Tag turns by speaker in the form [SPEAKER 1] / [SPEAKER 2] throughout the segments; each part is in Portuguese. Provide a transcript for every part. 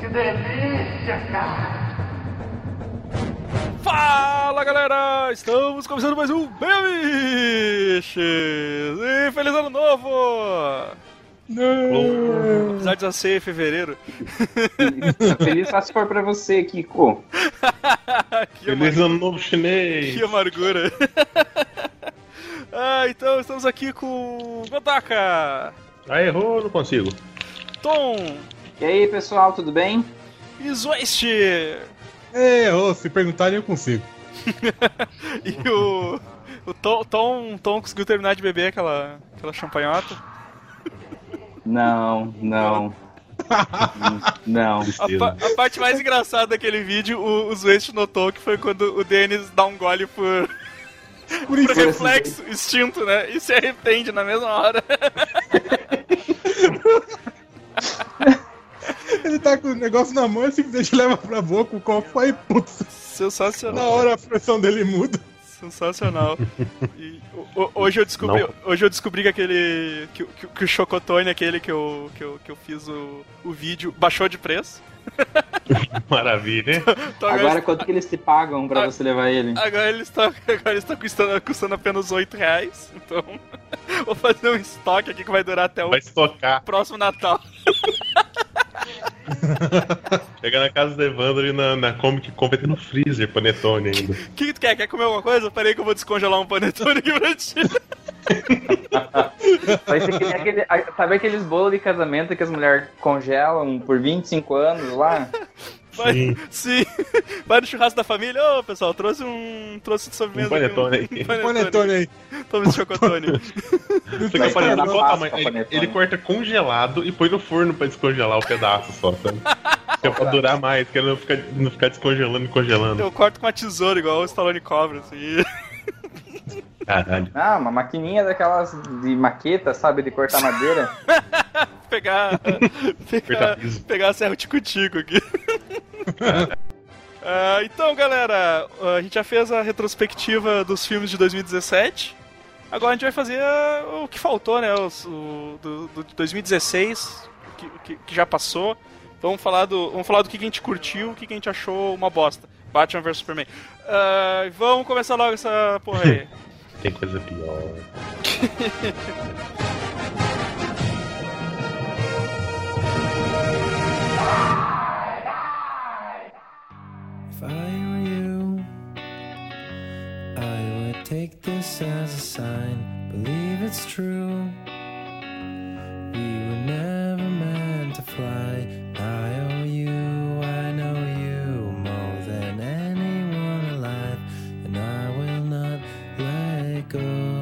[SPEAKER 1] Que delícia, cara!
[SPEAKER 2] Fala, galera! Estamos começando mais um Bemiches! E feliz ano novo!
[SPEAKER 3] Não.
[SPEAKER 2] Apesar de já ser fevereiro.
[SPEAKER 4] Feliz só se for pra você, Kiko.
[SPEAKER 3] Feliz ano novo chinês!
[SPEAKER 2] Que amargura! Então estamos aqui com Godaka!
[SPEAKER 3] Aí, errou, não consigo.
[SPEAKER 2] Tom!
[SPEAKER 4] E aí, pessoal, tudo bem?
[SPEAKER 2] E Zwest!
[SPEAKER 5] Errou, se perguntarem eu consigo.
[SPEAKER 2] E o Tom conseguiu terminar de beber aquela champanhota?
[SPEAKER 4] Não.
[SPEAKER 2] A parte mais engraçada daquele vídeo, o Zwest notou que foi quando o Dennis dá um gole por reflexo, instinto, né? E se arrepende na mesma hora.
[SPEAKER 5] Ele tá com o negócio na mão e simplesmente leva pra boca o copo aí, putz.
[SPEAKER 2] Sensacional.
[SPEAKER 5] Na hora a pressão dele muda.
[SPEAKER 2] Sensacional. E hoje eu descobri que aquele. Que o Chocotone, aquele que eu fiz o vídeo, baixou de preço.
[SPEAKER 3] Maravilha, hein?
[SPEAKER 4] Então, agora quanto que eles te pagam pra você levar ele?
[SPEAKER 2] Agora ele está custando apenas R$8. Então, vou fazer um estoque aqui que vai durar até o próximo Natal.
[SPEAKER 3] Chega na casa do Evandro e na Comic compra no freezer, panetone ainda.
[SPEAKER 2] O que tu quer? Quer comer alguma coisa? Peraí que eu vou descongelar um panetone aqui pra ti.
[SPEAKER 4] Vai ser que nem sabe aqueles bolos de casamento que as mulheres congelam por 25 anos lá?
[SPEAKER 2] Sim. Vai no churrasco da família. Ô, pessoal, trouxe de sobremesa.
[SPEAKER 3] Um panetone aí.
[SPEAKER 5] Um panetone aí.
[SPEAKER 2] Toma esse chocotone.
[SPEAKER 3] Ele corta congelado e põe no forno pra descongelar o pedaço só, sabe? Que é pra durar mais, que não ficar descongelando e congelando.
[SPEAKER 2] Eu corto com uma tesoura, igual o Stallone Cobra, assim.
[SPEAKER 3] Caralho.
[SPEAKER 4] Ah, uma maquininha daquelas de maqueta, sabe? De cortar madeira.
[SPEAKER 2] pegar a serra tico-tico aqui. Então, galera, a gente já fez a retrospectiva dos filmes de 2017. Agora a gente vai fazer o que faltou, né? Do 2016, que já passou. Vamos falar do que a gente curtiu, o que a gente achou uma bosta. Batman vs Superman. Vamos começar logo essa porra aí.
[SPEAKER 3] Tem coisa pior.
[SPEAKER 6] If I were you, I would take this as a sign. Believe it's true. We were never meant to fly. I owe you, I know you more than anyone alive, and I will not let go.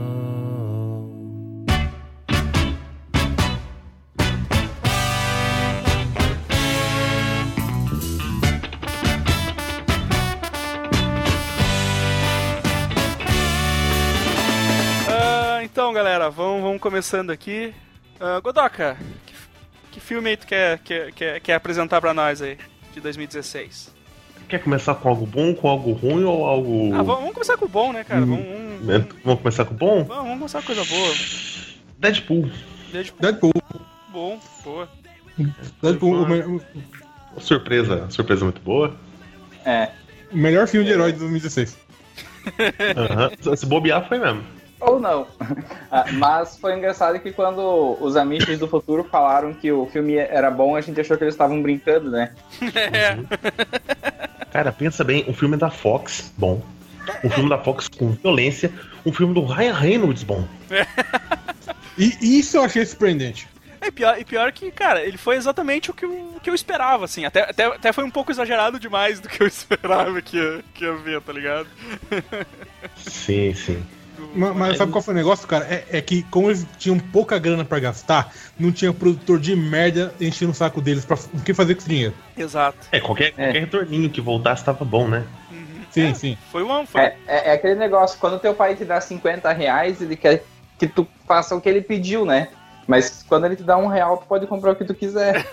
[SPEAKER 2] Então, galera, vamos começando aqui. Godaka, que filme aí tu quer apresentar pra nós aí, de 2016?
[SPEAKER 3] Quer começar com algo bom, com algo ruim ou algo...
[SPEAKER 2] Vamos começar com o bom, né, cara?
[SPEAKER 3] Vamos começar com o bom?
[SPEAKER 2] Vamos começar com coisa boa.
[SPEAKER 3] Deadpool.
[SPEAKER 2] Bom, boa.
[SPEAKER 5] Deadpool,
[SPEAKER 3] surpresa muito boa.
[SPEAKER 4] É.
[SPEAKER 5] o melhor filme de herói de 2016.
[SPEAKER 3] Se bobear foi mesmo.
[SPEAKER 4] Ou não. Mas foi engraçado que quando os Amish do futuro falaram que o filme era bom, a gente achou que eles estavam brincando, né?
[SPEAKER 3] Cara, pensa bem, um filme da Fox, bom. Um filme da Fox com violência. Um filme do Ryan Reynolds, bom.
[SPEAKER 5] E isso eu achei surpreendente.
[SPEAKER 2] Pior que, cara, ele foi exatamente o que eu esperava, assim. Até foi um pouco exagerado demais do que eu esperava que ia ver, tá ligado?
[SPEAKER 3] Sim.
[SPEAKER 5] Mas sabe qual foi o negócio, cara? É que como eles tinham pouca grana pra gastar, não tinha produtor de merda enchendo o saco deles pra o que fazer com esse dinheiro.
[SPEAKER 2] Exato.
[SPEAKER 3] Qualquer retorninho que voltasse tava bom, né?
[SPEAKER 5] Sim.
[SPEAKER 2] Foi um...
[SPEAKER 4] É aquele negócio, quando teu pai te dá R$50, ele quer que tu faça o que ele pediu, né? Mas quando ele te dá R$1, tu pode comprar o que tu quiser.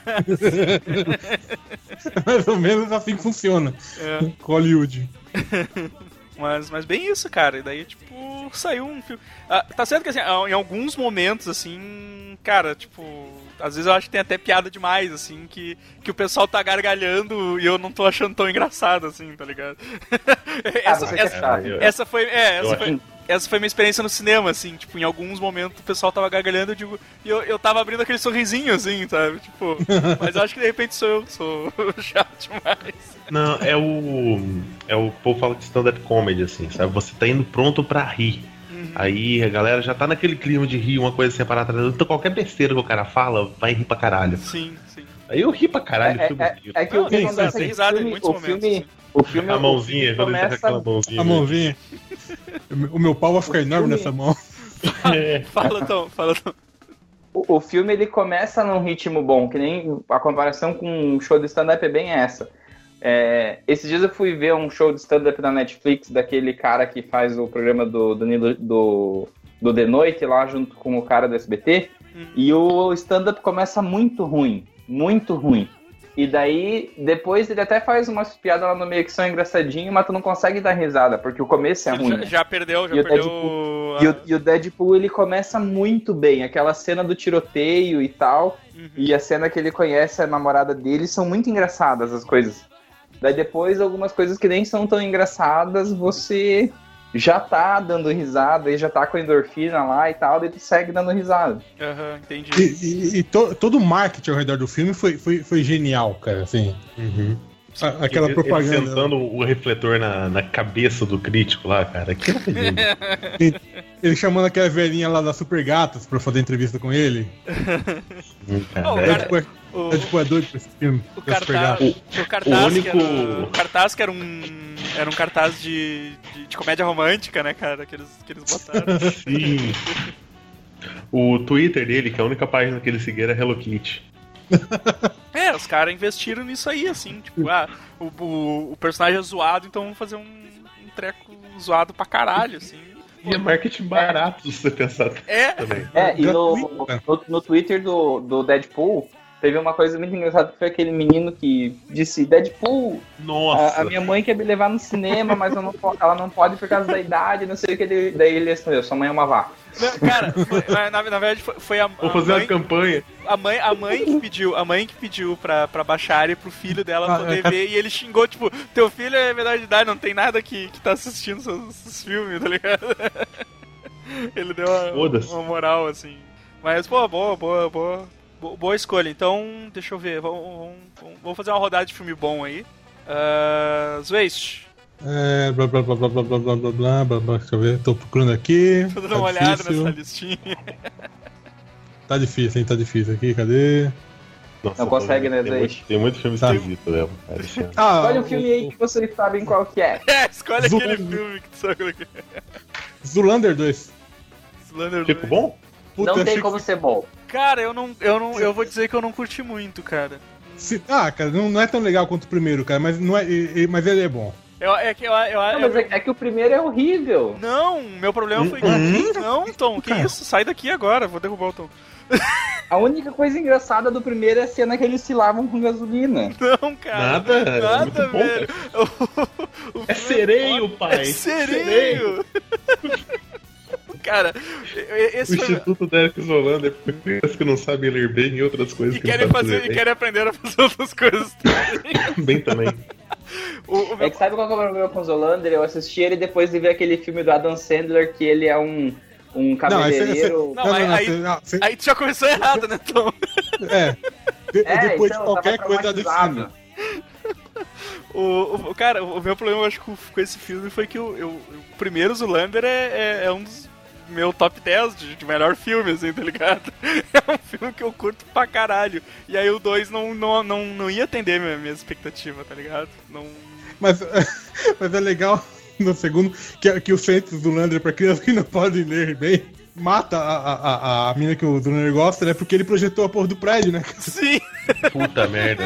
[SPEAKER 5] Mais ou menos assim que funciona. Hollywood.
[SPEAKER 2] Mas bem isso, cara. E daí, saiu um filme... tá certo que, assim, em alguns momentos, assim... Cara, às vezes eu acho que tem até piada demais, assim, que o pessoal tá gargalhando e eu não tô achando tão engraçado, assim, tá ligado? Essa foi minha experiência no cinema, assim, tipo, em alguns momentos o pessoal tava gargalhando, eu tava abrindo aquele sorrisinho, assim, sabe? Tipo, mas eu acho que de repente sou eu que sou chato demais.
[SPEAKER 3] Não, o povo fala de stand-up comedy, assim, sabe? Você tá indo pronto pra rir. Aí a galera já tá naquele clima de rir, uma coisa separada. Então qualquer besteira que o cara fala, vai rir pra caralho.
[SPEAKER 2] Sim.
[SPEAKER 3] Aí eu ri pra caralho.
[SPEAKER 4] É que o que acontece
[SPEAKER 2] tem risada em muitos momentos.
[SPEAKER 4] O filme
[SPEAKER 3] a mãozinha, quando ele tá com
[SPEAKER 4] começa...
[SPEAKER 3] aquela mãozinha.
[SPEAKER 5] A mãozinha. O meu pau vai ficar enorme nessa mão.
[SPEAKER 2] Fala, Tom.
[SPEAKER 4] O filme ele começa num ritmo bom, que nem a comparação com um show de stand-up é bem essa. Esses dias eu fui ver um show de stand-up na Netflix daquele cara que faz o programa do The Noite lá junto com o cara do SBT. E o stand-up começa muito ruim. E daí, depois ele até faz umas piadas lá no meio que são engraçadinhas, mas tu não consegue dar risada, porque o começo é ruim.
[SPEAKER 2] Já perdeu.
[SPEAKER 4] E o Deadpool, ele começa muito bem. Aquela cena do tiroteio e tal, e a cena que ele conhece a namorada dele, são muito engraçadas as coisas. Daí depois, algumas coisas que nem são tão engraçadas, você já tá dando risada, e já tá com a endorfina lá e tal, daí tu segue dando risada.
[SPEAKER 2] Entendi.
[SPEAKER 5] E todo o marketing ao redor do filme foi genial, cara, assim. Aquela propaganda.
[SPEAKER 3] Ele sentando o refletor na cabeça do crítico lá, cara. Aquilo é lindo.
[SPEAKER 5] Ele chamando aquela velhinha lá das Super Gatas pra fazer entrevista com ele. É doido pra esse filme.
[SPEAKER 2] O cartaz que era um cartaz de comédia romântica, né, cara? Que eles botaram.
[SPEAKER 3] Sim. O Twitter dele, que a única página que ele seguia era Hello Kitty.
[SPEAKER 2] Os caras investiram nisso aí, assim, tipo, o personagem é zoado, então vamos fazer um treco zoado pra caralho, assim.
[SPEAKER 3] E é marketing barato, se você pensar também.
[SPEAKER 4] E no Twitter do Deadpool, teve uma coisa muito engraçada, que foi aquele menino que disse, Deadpool,
[SPEAKER 3] nossa,
[SPEAKER 4] a minha mãe quer me levar no cinema, mas ela não pode por causa da idade, não sei o que. Daí ele respondeu, sua mãe é uma vaca.
[SPEAKER 2] Não, cara, na verdade foi a
[SPEAKER 3] Vou fazer uma campanha.
[SPEAKER 2] A mãe que pediu pra baixarem pro filho dela poder ver, e ele xingou, tipo, teu filho é menor de idade, não tem nada que tá assistindo esses filmes, tá ligado? Ele deu uma moral, assim. Mas, pô, boa escolha. Então, deixa eu ver, vamos fazer uma rodada de filme bom aí. Zwaist.
[SPEAKER 5] Blá blá blá blá blá blá blá blá blá blá. Deixa eu ver, tô procurando aqui.
[SPEAKER 2] Tô dando uma olhada nessa listinha.
[SPEAKER 5] Tá difícil, hein? Tá difícil aqui, cadê?
[SPEAKER 4] Nossa, não consegue, né, Zwaist?
[SPEAKER 3] Tem muito filme esquisito mesmo, cara.
[SPEAKER 4] Escolhe um filme aí que vocês sabem qual que é.
[SPEAKER 2] Escolhe aquele filme que tu sabe qual que é.
[SPEAKER 5] Zulander 2.
[SPEAKER 3] Ficou bom?
[SPEAKER 4] Puta, não tem como ser bom.
[SPEAKER 2] Cara, eu vou dizer que eu não curti muito, cara.
[SPEAKER 5] Cara, não é tão legal quanto o primeiro, cara, mas mas ele é bom.
[SPEAKER 4] É que o primeiro é horrível.
[SPEAKER 2] Não, meu problema foi que... Não, Tom, que isso? Sai daqui agora, vou derrubar o Tom.
[SPEAKER 4] A única coisa engraçada do primeiro é a cena que eles se lavam com gasolina.
[SPEAKER 2] Não, cara. Nada, velho.
[SPEAKER 3] É sereio, pai.
[SPEAKER 2] É sereio. Cara, esse
[SPEAKER 3] o Instituto Derek Zolander é crianças que não sabem ler bem e outras coisas que
[SPEAKER 2] querem aprender a fazer outras coisas
[SPEAKER 3] bem também.
[SPEAKER 4] É que sabe qual é o problema com o Zolander? Eu assisti ele depois de ver aquele filme do Adam Sandler, que ele é um cabeleireiro...
[SPEAKER 2] Aí tu já começou errado, né, Tom?
[SPEAKER 5] Depois de qualquer coisa desse filme.
[SPEAKER 2] Cara, o meu problema, eu acho, com esse filme foi que o primeiro Zoolander é um dos meu top 10 de melhor filme, assim, tá ligado? É um filme que eu curto pra caralho. E aí o 2 não ia atender minha expectativa, tá ligado? Não...
[SPEAKER 5] Mas é legal no segundo que o centro do Zoolander, pra crianças que não podem ler bem, mata a mina que o Zoolander gosta, né? Porque ele projetou a porra do prédio, né?
[SPEAKER 2] Sim!
[SPEAKER 3] Puta merda.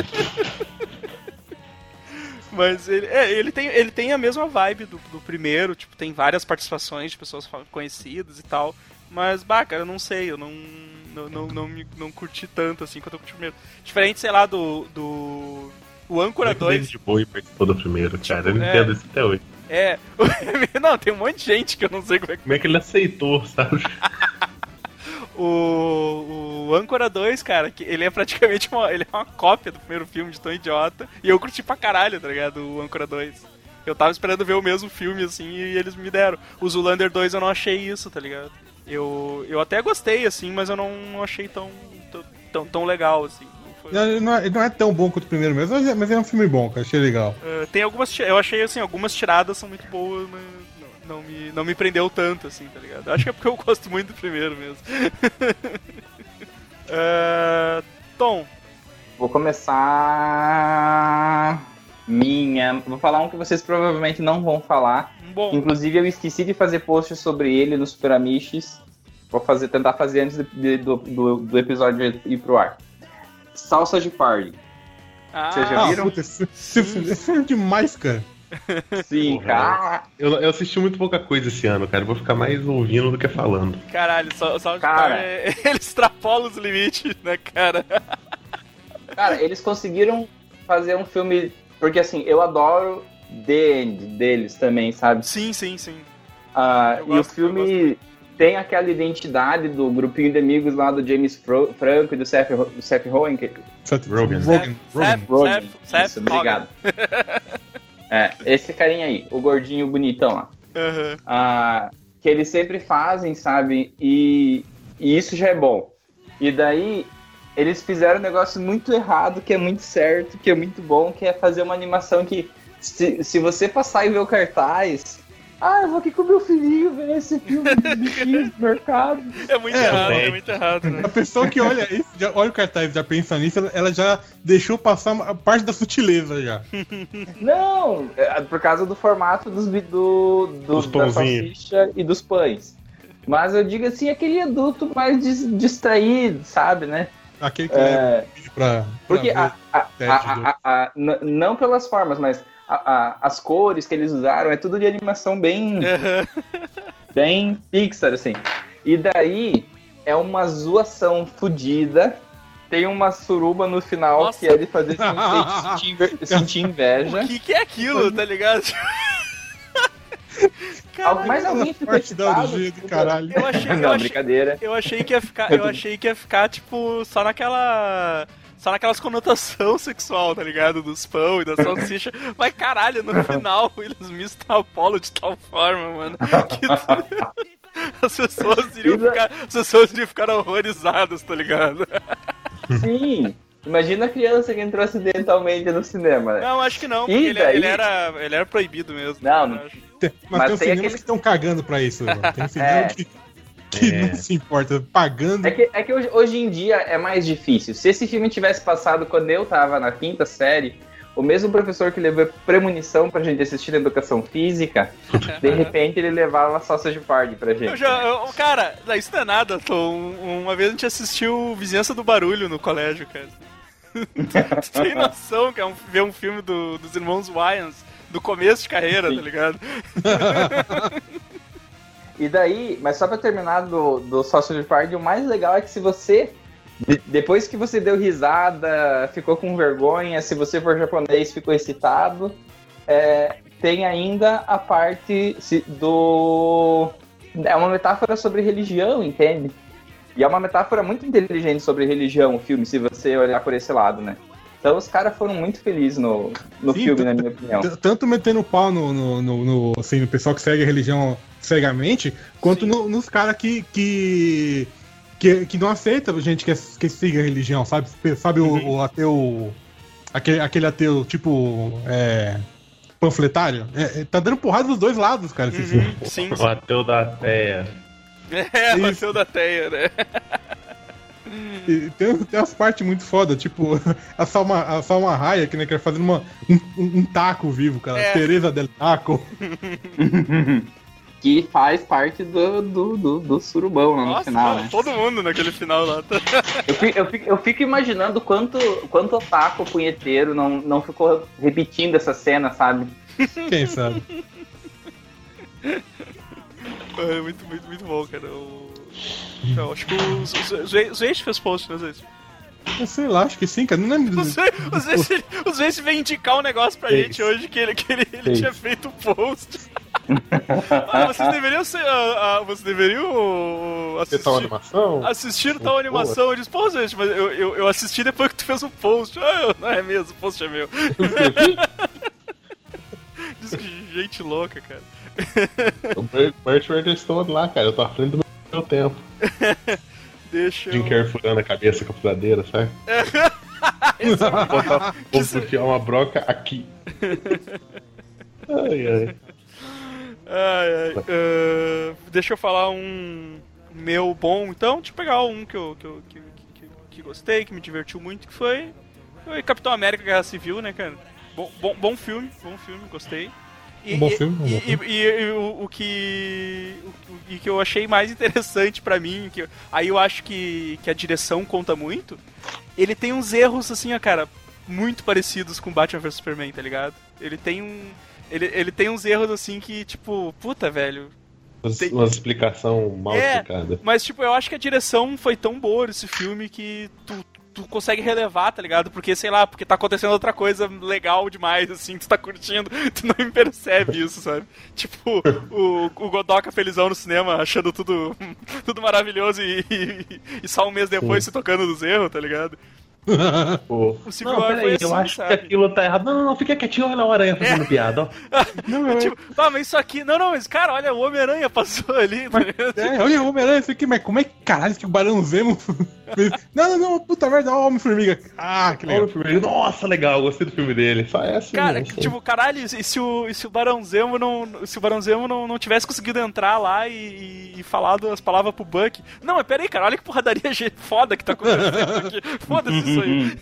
[SPEAKER 2] Mas ele tem a mesma vibe do primeiro, tipo, tem várias participações de pessoas conhecidas e tal. Mas, cara, eu não sei, eu não curti tanto assim quanto eu curti o primeiro. Diferente, sei lá, o Âncora 2.
[SPEAKER 3] De Bowie participou do primeiro, cara, eu não entendo isso até hoje.
[SPEAKER 2] Não, tem um monte de gente que eu não sei como é que
[SPEAKER 3] ele aceitou, sabe?
[SPEAKER 2] O Âncora 2, cara, que ele é praticamente uma cópia do primeiro filme de tão idiota. E eu curti pra caralho, tá ligado? O Âncora 2. Eu tava esperando ver o mesmo filme, assim, e eles me deram. O Zoolander 2 eu não achei isso, tá ligado? Eu até gostei, assim, mas eu não achei tão legal, assim.
[SPEAKER 5] Não é tão bom quanto o primeiro mesmo, mas é um filme bom, cara. Achei legal.
[SPEAKER 2] Tem eu achei, assim, algumas tiradas são muito boas, mas não me prendeu tanto, assim, tá ligado? Acho que é porque eu gosto muito do primeiro mesmo. Tom.
[SPEAKER 4] Vou começar... Vou falar um que vocês provavelmente não vão falar.
[SPEAKER 2] Bom.
[SPEAKER 4] Inclusive, eu esqueci de fazer post sobre ele no Super Amiches. Vou tentar fazer antes do episódio ir pro ar. Salsa de Party. Vocês já viram?
[SPEAKER 5] Puta, esse filme é demais, cara.
[SPEAKER 4] Sim, cara.
[SPEAKER 3] Eu assisti muito pouca coisa esse ano, cara. Eu vou ficar mais ouvindo do que falando.
[SPEAKER 2] Caralho, Salsa de Party, ele extrapola os limites, né, cara?
[SPEAKER 4] Cara, eles conseguiram fazer um filme... Porque, assim, eu adoro The End deles também, sabe?
[SPEAKER 2] Sim.
[SPEAKER 4] E o filme tem aquela identidade do grupinho de amigos lá do James Franco e do Seth Rogen.
[SPEAKER 5] Seth
[SPEAKER 3] Rogen.
[SPEAKER 4] Isso, obrigado. Esse carinha aí, o gordinho bonitão lá.
[SPEAKER 2] Uhum.
[SPEAKER 4] Que eles sempre fazem, sabe? E isso já é bom. E daí... Eles fizeram um negócio muito errado, que é muito certo, que é muito bom, que é fazer uma animação que, se você passar e ver o cartaz... eu vou aqui com o meu filhinho ver esse filme de bichinhos do mercado.
[SPEAKER 2] É muito errado, né?
[SPEAKER 5] A pessoa que olha isso, já olha o cartaz e já pensa nisso, ela já deixou passar a parte da sutileza já.
[SPEAKER 4] Não, por causa do formato da salsicha e dos pães. Mas eu digo assim, aquele adulto mais distraído, sabe, né?
[SPEAKER 5] Aquele que leva o vídeo pra
[SPEAKER 4] porque não pelas formas, mas as cores que eles usaram é tudo de animação bem Pixar, assim. E daí é uma zoação fodida. Tem uma suruba no final. Nossa. Que é de fazer sentir inveja.
[SPEAKER 2] O que é aquilo, tá ligado?
[SPEAKER 4] Caralho, mas alguém ficou excitado?
[SPEAKER 5] Caralho.
[SPEAKER 4] Brincadeira.
[SPEAKER 2] Eu achei que ia ficar, tipo, só naquelas conotação sexual, tá ligado? Dos pão e da salsicha. Mas caralho, no final eles me extrapolam de tal forma, mano. Que... As pessoas iriam ficar horrorizadas, tá ligado?
[SPEAKER 4] Sim. Imagina a criança que entrou acidentalmente no cinema, né?
[SPEAKER 2] Não, acho que não, porque ele era proibido mesmo.
[SPEAKER 4] Não.
[SPEAKER 5] Mas tem cinemas que estão cagando pra isso. Tem cinema que não se importa, pagando.
[SPEAKER 4] É que hoje em dia é mais difícil. Se esse filme tivesse passado quando eu tava na 5ª série, o mesmo professor que levou premonição pra gente assistir na educação física, de repente ele levava Salsa de Party pra gente.
[SPEAKER 2] Cara, isso não é nada, Tom. Uma vez a gente assistiu Vizinhança do Barulho no colégio, cara. Tu tem noção que é ver um filme dos irmãos Wayans do começo de carreira, tá ligado?
[SPEAKER 4] E daí, mas só pra terminar do Sausage Party, o mais legal é que se você, depois que você deu risada, ficou com vergonha, se você for japonês, ficou excitado, tem ainda a parte é uma metáfora sobre religião, entende? E é uma metáfora muito inteligente sobre religião, o filme, se você olhar por esse lado, né? Então os caras foram muito felizes no filme, na minha opinião.
[SPEAKER 5] Tanto metendo pau no pessoal que segue a religião cegamente, quanto nos caras que não aceitam gente que siga a religião, sabe? Sabe o ateu... Aquele ateu, tipo... panfletário? Tá dando porrada dos dois lados, cara, esse filme.
[SPEAKER 2] Sim.
[SPEAKER 3] O ateu da Teia.
[SPEAKER 2] O ateu da Teia, né?
[SPEAKER 5] E tem umas partes muito foda, tipo a Salma Hayek, né, que é fazendo um taco vivo, cara. Teresa del Taco.
[SPEAKER 4] Que faz parte do surubão lá no final, né?
[SPEAKER 2] Todo mundo naquele final lá.
[SPEAKER 4] Eu fico imaginando quanto otaku punheteiro não ficou repetindo essa cena, sabe?
[SPEAKER 5] Quem sabe?
[SPEAKER 2] É muito bom, cara. Eu acho que o Zweiss fez post, né, Zweiss?
[SPEAKER 5] Eu sei lá, acho que sim, cara. Não lembro.
[SPEAKER 2] O Zweiss veio indicar um negócio pra gente hoje que ele tinha feito um post. Ah, vocês deveriam ser. Vocês deveriam
[SPEAKER 3] Você tá uma animação?
[SPEAKER 2] assistir tal animação. Eu disse, pô, gente, mas eu assisti depois que tu fez um post. Não é mesmo, o post é meu. Diz que gente louca, cara.
[SPEAKER 3] O Burt Reddington lá, cara. Eu tô à frente do meu tempo.
[SPEAKER 2] Deixa
[SPEAKER 3] Jim
[SPEAKER 2] eu.
[SPEAKER 3] Carrey furando a cabeça com a furadeira, sabe? Vou enfiar uma broca aqui. Ai, ai.
[SPEAKER 2] Deixa eu falar um meu bom, então. Deixa eu pegar um que gostei, que me divertiu muito, que foi Capitão América Guerra Civil, né, cara? Bom filme, gostei.
[SPEAKER 5] Bom filme.
[SPEAKER 2] E o que eu achei mais interessante pra mim, aí eu acho que a direção conta muito, ele tem uns erros, assim, ó, cara, muito parecidos com Batman vs Superman, tá ligado? Ele tem uns erros, assim, que, tipo, puta, velho...
[SPEAKER 3] Uma explicação mal explicada.
[SPEAKER 2] Mas, tipo, eu acho que a direção foi tão boa nesse filme que tu consegue relevar, tá ligado? Porque, sei lá, porque tá acontecendo outra coisa legal demais, assim, tu tá curtindo, tu não percebe isso, sabe? Tipo, o Godoka felizão no cinema, achando tudo maravilhoso e só um mês depois se tocando dos erros, tá ligado?
[SPEAKER 3] Pô.
[SPEAKER 2] O Civil
[SPEAKER 3] Não,
[SPEAKER 2] War
[SPEAKER 3] peraí,
[SPEAKER 2] foi
[SPEAKER 3] eu
[SPEAKER 2] assim,
[SPEAKER 3] acho
[SPEAKER 2] sabe?
[SPEAKER 3] que aquilo tá errado. Não, fica quietinho, olha a hora fazendo piada, ó.
[SPEAKER 2] Não, tipo, mas isso aqui... Não, mas, cara, olha, o Homem-Aranha passou ali, tá ligado?
[SPEAKER 5] Olha o Homem-Aranha, isso aqui, mas como é que caralho que o Barão Zemo... não, puta merda, ó o Homem-Formiga. Ah, que legal.
[SPEAKER 3] Nossa, legal, gostei do filme dele. Só é assim.
[SPEAKER 2] Cara,
[SPEAKER 3] mesmo,
[SPEAKER 2] tipo, caralho, e se o Barão Zemo não tivesse conseguido entrar lá e falar as palavras pro Buck? Não, mas peraí, cara, olha que porradaria foda que tá acontecendo aqui. Foda-se isso aí.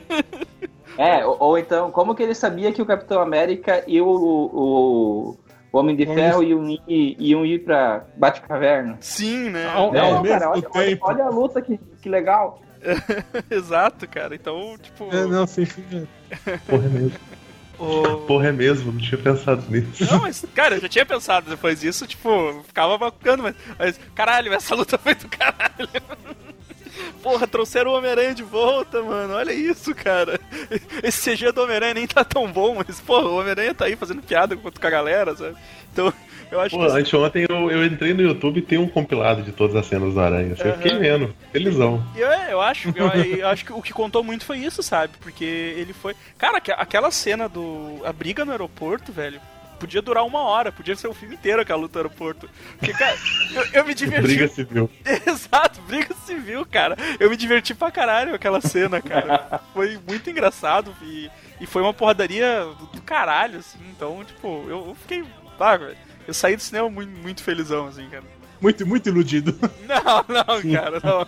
[SPEAKER 4] Ou então, como que ele sabia que o Capitão América e o Homem de Ferro iam ir pra Batcaverna?
[SPEAKER 2] Sim, né?
[SPEAKER 5] Ao mesmo tempo.
[SPEAKER 4] Olha a luta, que legal.
[SPEAKER 2] Exato, cara. Então, tipo...
[SPEAKER 5] Sim.
[SPEAKER 3] Porra, é mesmo. Porra, é mesmo, não tinha pensado nisso.
[SPEAKER 2] Não, mas, cara, eu já tinha pensado depois disso, tipo, ficava bacana, mas caralho, essa luta foi do caralho. Porra, trouxeram o Homem-Aranha de volta, mano. Olha isso, cara. Esse CG do Homem-Aranha nem tá tão bom, mas, porra, o Homem-Aranha tá aí fazendo piada com a galera, sabe? Então, eu acho que...
[SPEAKER 3] Anteontem eu entrei no YouTube e tem um compilado de todas as cenas do Aranha. Eu fiquei vendo, felizão.
[SPEAKER 2] Eu acho que o que contou muito foi isso, sabe? Porque ele foi... Cara, aquela cena a briga no aeroporto, velho, podia durar 1 hora, podia ser o filme inteiro aquela luta no aeroporto. Porque, cara, eu me diverti.
[SPEAKER 3] Briga civil.
[SPEAKER 2] Exato, briga civil, cara. Eu me diverti pra caralho aquela cena, cara. Foi muito engraçado e foi uma porradaria do caralho, assim. Então, tipo, eu fiquei... velho. Eu saí do cinema muito, muito felizão, assim, cara.
[SPEAKER 5] Muito, muito iludido.
[SPEAKER 2] Não, cara, não.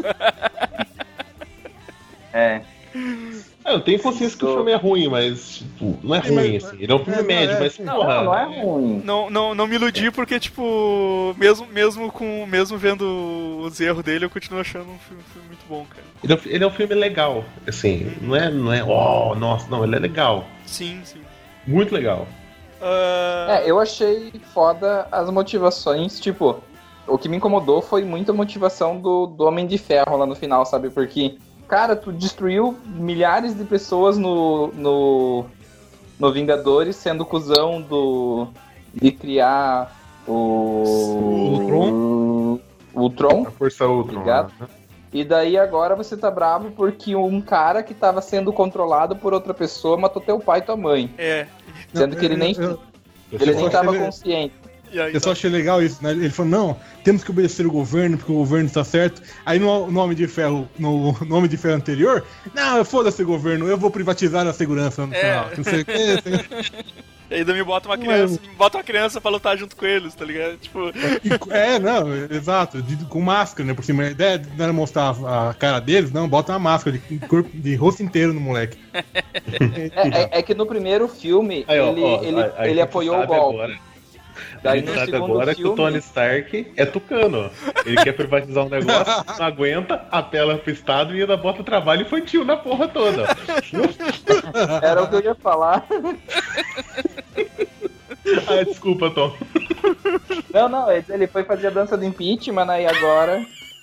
[SPEAKER 3] Eu tenho consciência que o filme é ruim, mas, tipo, não é ruim, assim. Ele é um filme médio, mas, porra...
[SPEAKER 4] Não é ruim.
[SPEAKER 2] Não me iludi porque, tipo, mesmo vendo os erros dele, eu continuo achando um filme muito bom, cara.
[SPEAKER 3] Ele é um filme legal, assim, não é, oh, nossa, não, ele é legal.
[SPEAKER 2] Sim.
[SPEAKER 3] Muito legal.
[SPEAKER 4] Eu achei foda as motivações, tipo, o que me incomodou foi muito a motivação do Homem de Ferro lá no final, sabe? Porque, cara, tu destruiu milhares de pessoas no Vingadores, sendo cuzão de criar o Ultron.
[SPEAKER 3] A Força Ultron.
[SPEAKER 4] Ligado?
[SPEAKER 3] Né?
[SPEAKER 4] E daí agora você tá bravo porque um cara que tava sendo controlado por outra pessoa matou teu pai e tua mãe. Sendo que ele nem tava consciente.
[SPEAKER 5] Eu só achei legal isso, né? Ele falou, não, temos que obedecer o governo, porque o governo está certo. Aí no Homem de Ferro, no Homem de Ferro anterior, não, foda-se o governo, eu vou privatizar a segurança no final. Não sei o que.
[SPEAKER 2] E ainda me bota uma criança pra lutar junto com eles, tá ligado? Tipo...
[SPEAKER 5] Exato, com máscara, né? Por cima, a ideia não era mostrar a cara deles, não, bota uma máscara de rosto inteiro no moleque.
[SPEAKER 4] É que no primeiro filme, ele apoiou o golpe.
[SPEAKER 3] Agora. Daí no segundo filme... que o Tony Stark é tucano. Ele quer privatizar um negócio, não aguenta, apela pro Estado e ainda bota trabalho infantil na porra toda.
[SPEAKER 4] Era o que eu ia falar.
[SPEAKER 3] Desculpa, Tom.
[SPEAKER 4] Não, ele foi fazer a dança do impeachment, né, e agora...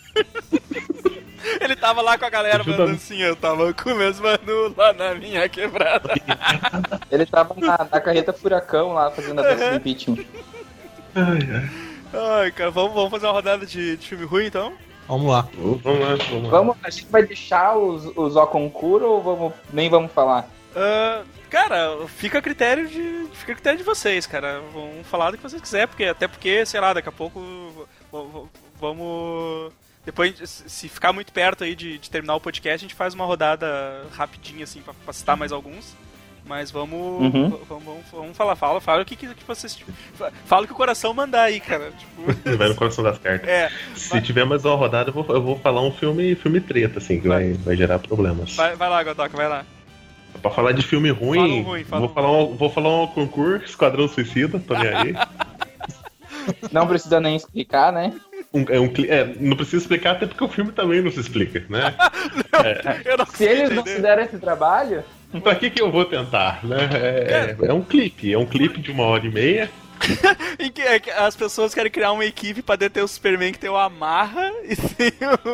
[SPEAKER 2] Ele tava lá com a galera fazendo dancinha, eu tava com meus manu lá na minha quebrada.
[SPEAKER 4] Ele tava na carreta furacão lá, fazendo a dança do impeachment.
[SPEAKER 2] Ai, cara, vamos fazer uma rodada de filme ruim, então?
[SPEAKER 5] Vamos lá.
[SPEAKER 3] Vamos lá.
[SPEAKER 4] A gente vai deixar os Okonkuro ou nem vamos falar?
[SPEAKER 2] Cara, fica a critério de vocês, cara. Vamos falar do que vocês quiserem, até porque, sei lá, daqui a pouco vamos... Depois, se ficar muito perto aí de terminar o podcast, a gente faz uma rodada rapidinha, assim, pra citar mais alguns. Mas vamos falar. Fala o que vocês... Fala o que o coração mandar aí, cara. Tipo...
[SPEAKER 3] Vai no coração das cartas. Se tiver mais uma rodada, eu vou falar um filme treta, assim, que vai gerar problemas.
[SPEAKER 2] Vai lá, Godoka, vai lá.
[SPEAKER 3] Pra falar de filme ruim, vou falar um concurso, Esquadrão Suicida, tô nem aí.
[SPEAKER 4] Não precisa nem explicar, né?
[SPEAKER 3] Não precisa explicar, até porque o filme também não se explica, né?
[SPEAKER 4] Se eles não se deram esse trabalho...
[SPEAKER 3] Pra que eu vou tentar, né? É um clipe de 1h30.
[SPEAKER 2] Em que as pessoas querem criar uma equipe pra deter o Superman que tem o Amarra e tem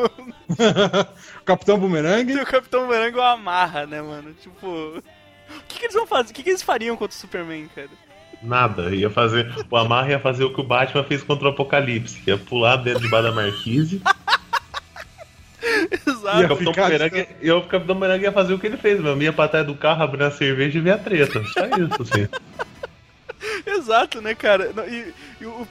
[SPEAKER 5] o Capitão Boomerang.
[SPEAKER 2] Tem o Capitão Boomerang e o Amarra, né, mano? Tipo, o que eles vão fazer? O que eles fariam contra o Superman, cara?
[SPEAKER 3] Nada, o Amarra ia fazer o que o Batman fez contra o Apocalipse, ia pular dentro de baixo da marquise.
[SPEAKER 2] Exato.
[SPEAKER 3] E o Capitão Boomerang ia fazer o que ele fez, meu. Ia pra trás do carro, abrir a cerveja e ver a treta. Só isso, assim.
[SPEAKER 2] Exato, né, cara? E o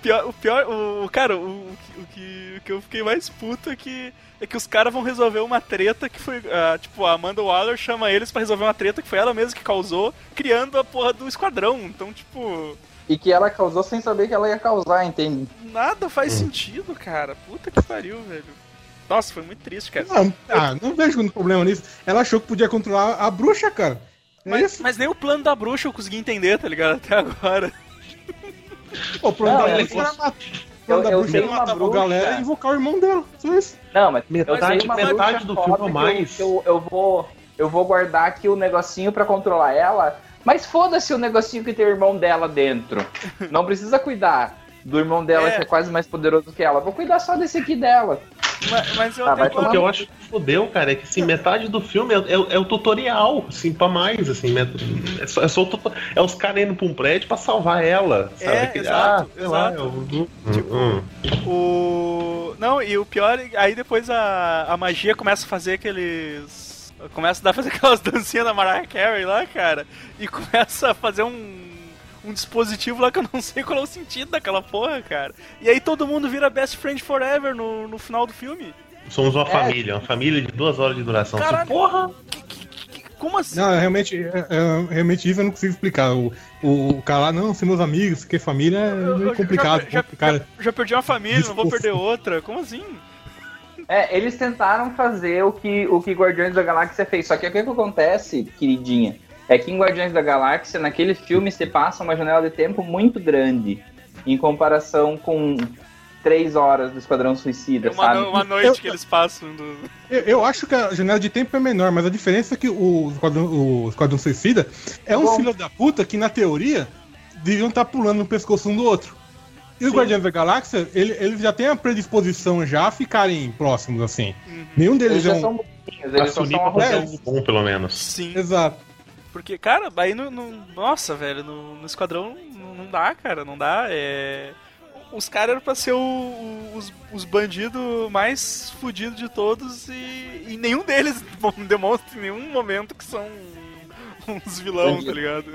[SPEAKER 2] que eu fiquei mais puto é que os caras vão resolver uma treta que foi, tipo, a Amanda Waller chama eles pra resolver uma treta que foi ela mesma que causou, criando a porra do esquadrão. Então, tipo...
[SPEAKER 4] E que ela causou sem saber que ela ia causar, entende?
[SPEAKER 2] Nada faz sentido, cara. Puta que pariu, velho. Nossa, foi muito triste, cara.
[SPEAKER 5] Não vejo problema nisso. Ela achou que podia controlar a bruxa, cara.
[SPEAKER 2] Mas nem o plano da bruxa eu consegui entender, tá ligado? Até agora.
[SPEAKER 5] O plano da bruxa era matar a galera e invocar o irmão dela. Só isso.
[SPEAKER 4] Não, mas
[SPEAKER 3] metade do filme ou mais.
[SPEAKER 4] Eu vou guardar aqui o negocinho pra controlar ela, mas foda-se o negocinho que tem o irmão dela dentro. Não precisa cuidar do irmão dela que é quase mais poderoso que ela. Vou cuidar só desse aqui dela.
[SPEAKER 2] Mas eu
[SPEAKER 3] o que eu acho que fodeu, cara, é que assim, metade do filme é o tutorial, assim, pra mais, assim, é os caras indo pra um prédio pra salvar ela, sabe?
[SPEAKER 2] Exato. Não, e o pior, aí depois a magia começa a fazer aqueles... Começa a fazer aquelas dancinhas da Mariah Carey lá, cara, e começa a fazer um dispositivo lá que eu não sei qual é o sentido daquela porra, cara. E aí todo mundo vira best friend forever no final do filme.
[SPEAKER 3] Somos uma família de 2 horas de duração.
[SPEAKER 2] Caralho,
[SPEAKER 3] porra!
[SPEAKER 2] Como assim?
[SPEAKER 5] Não, realmente isso eu não consigo explicar. O cara lá, não, ser meus amigos, porque família é meio complicado.
[SPEAKER 2] Já perdi uma família, não vou perder outra. Como assim?
[SPEAKER 4] Eles tentaram fazer o que Guardiões da Galáxia fez. Só que o que acontece, queridinha, é que em Guardiões da Galáxia, naquele filme, se passa uma janela de tempo muito grande, em comparação com 3 horas do Esquadrão Suicida, sabe?
[SPEAKER 2] Uma noite que eles passam.
[SPEAKER 5] Eu acho que a janela de tempo é menor, mas a diferença é que o Esquadrão Suicida é um filho da puta que, na teoria, deviam estar pulando no pescoço um do outro. E os Guardiões da Galáxia, eles já têm a predisposição já a ficarem próximos, assim. Nenhum deles
[SPEAKER 4] eles são bonitinhos, eles só são
[SPEAKER 3] algo bom, pelo menos.
[SPEAKER 2] Sim.
[SPEAKER 5] Exato.
[SPEAKER 2] Porque, cara, aí nossa, velho, no Esquadrão não dá, cara, não dá. Os caras eram pra ser os bandidos mais fodidos de todos e nenhum deles demonstra em nenhum momento que são uns vilão, tá ligado?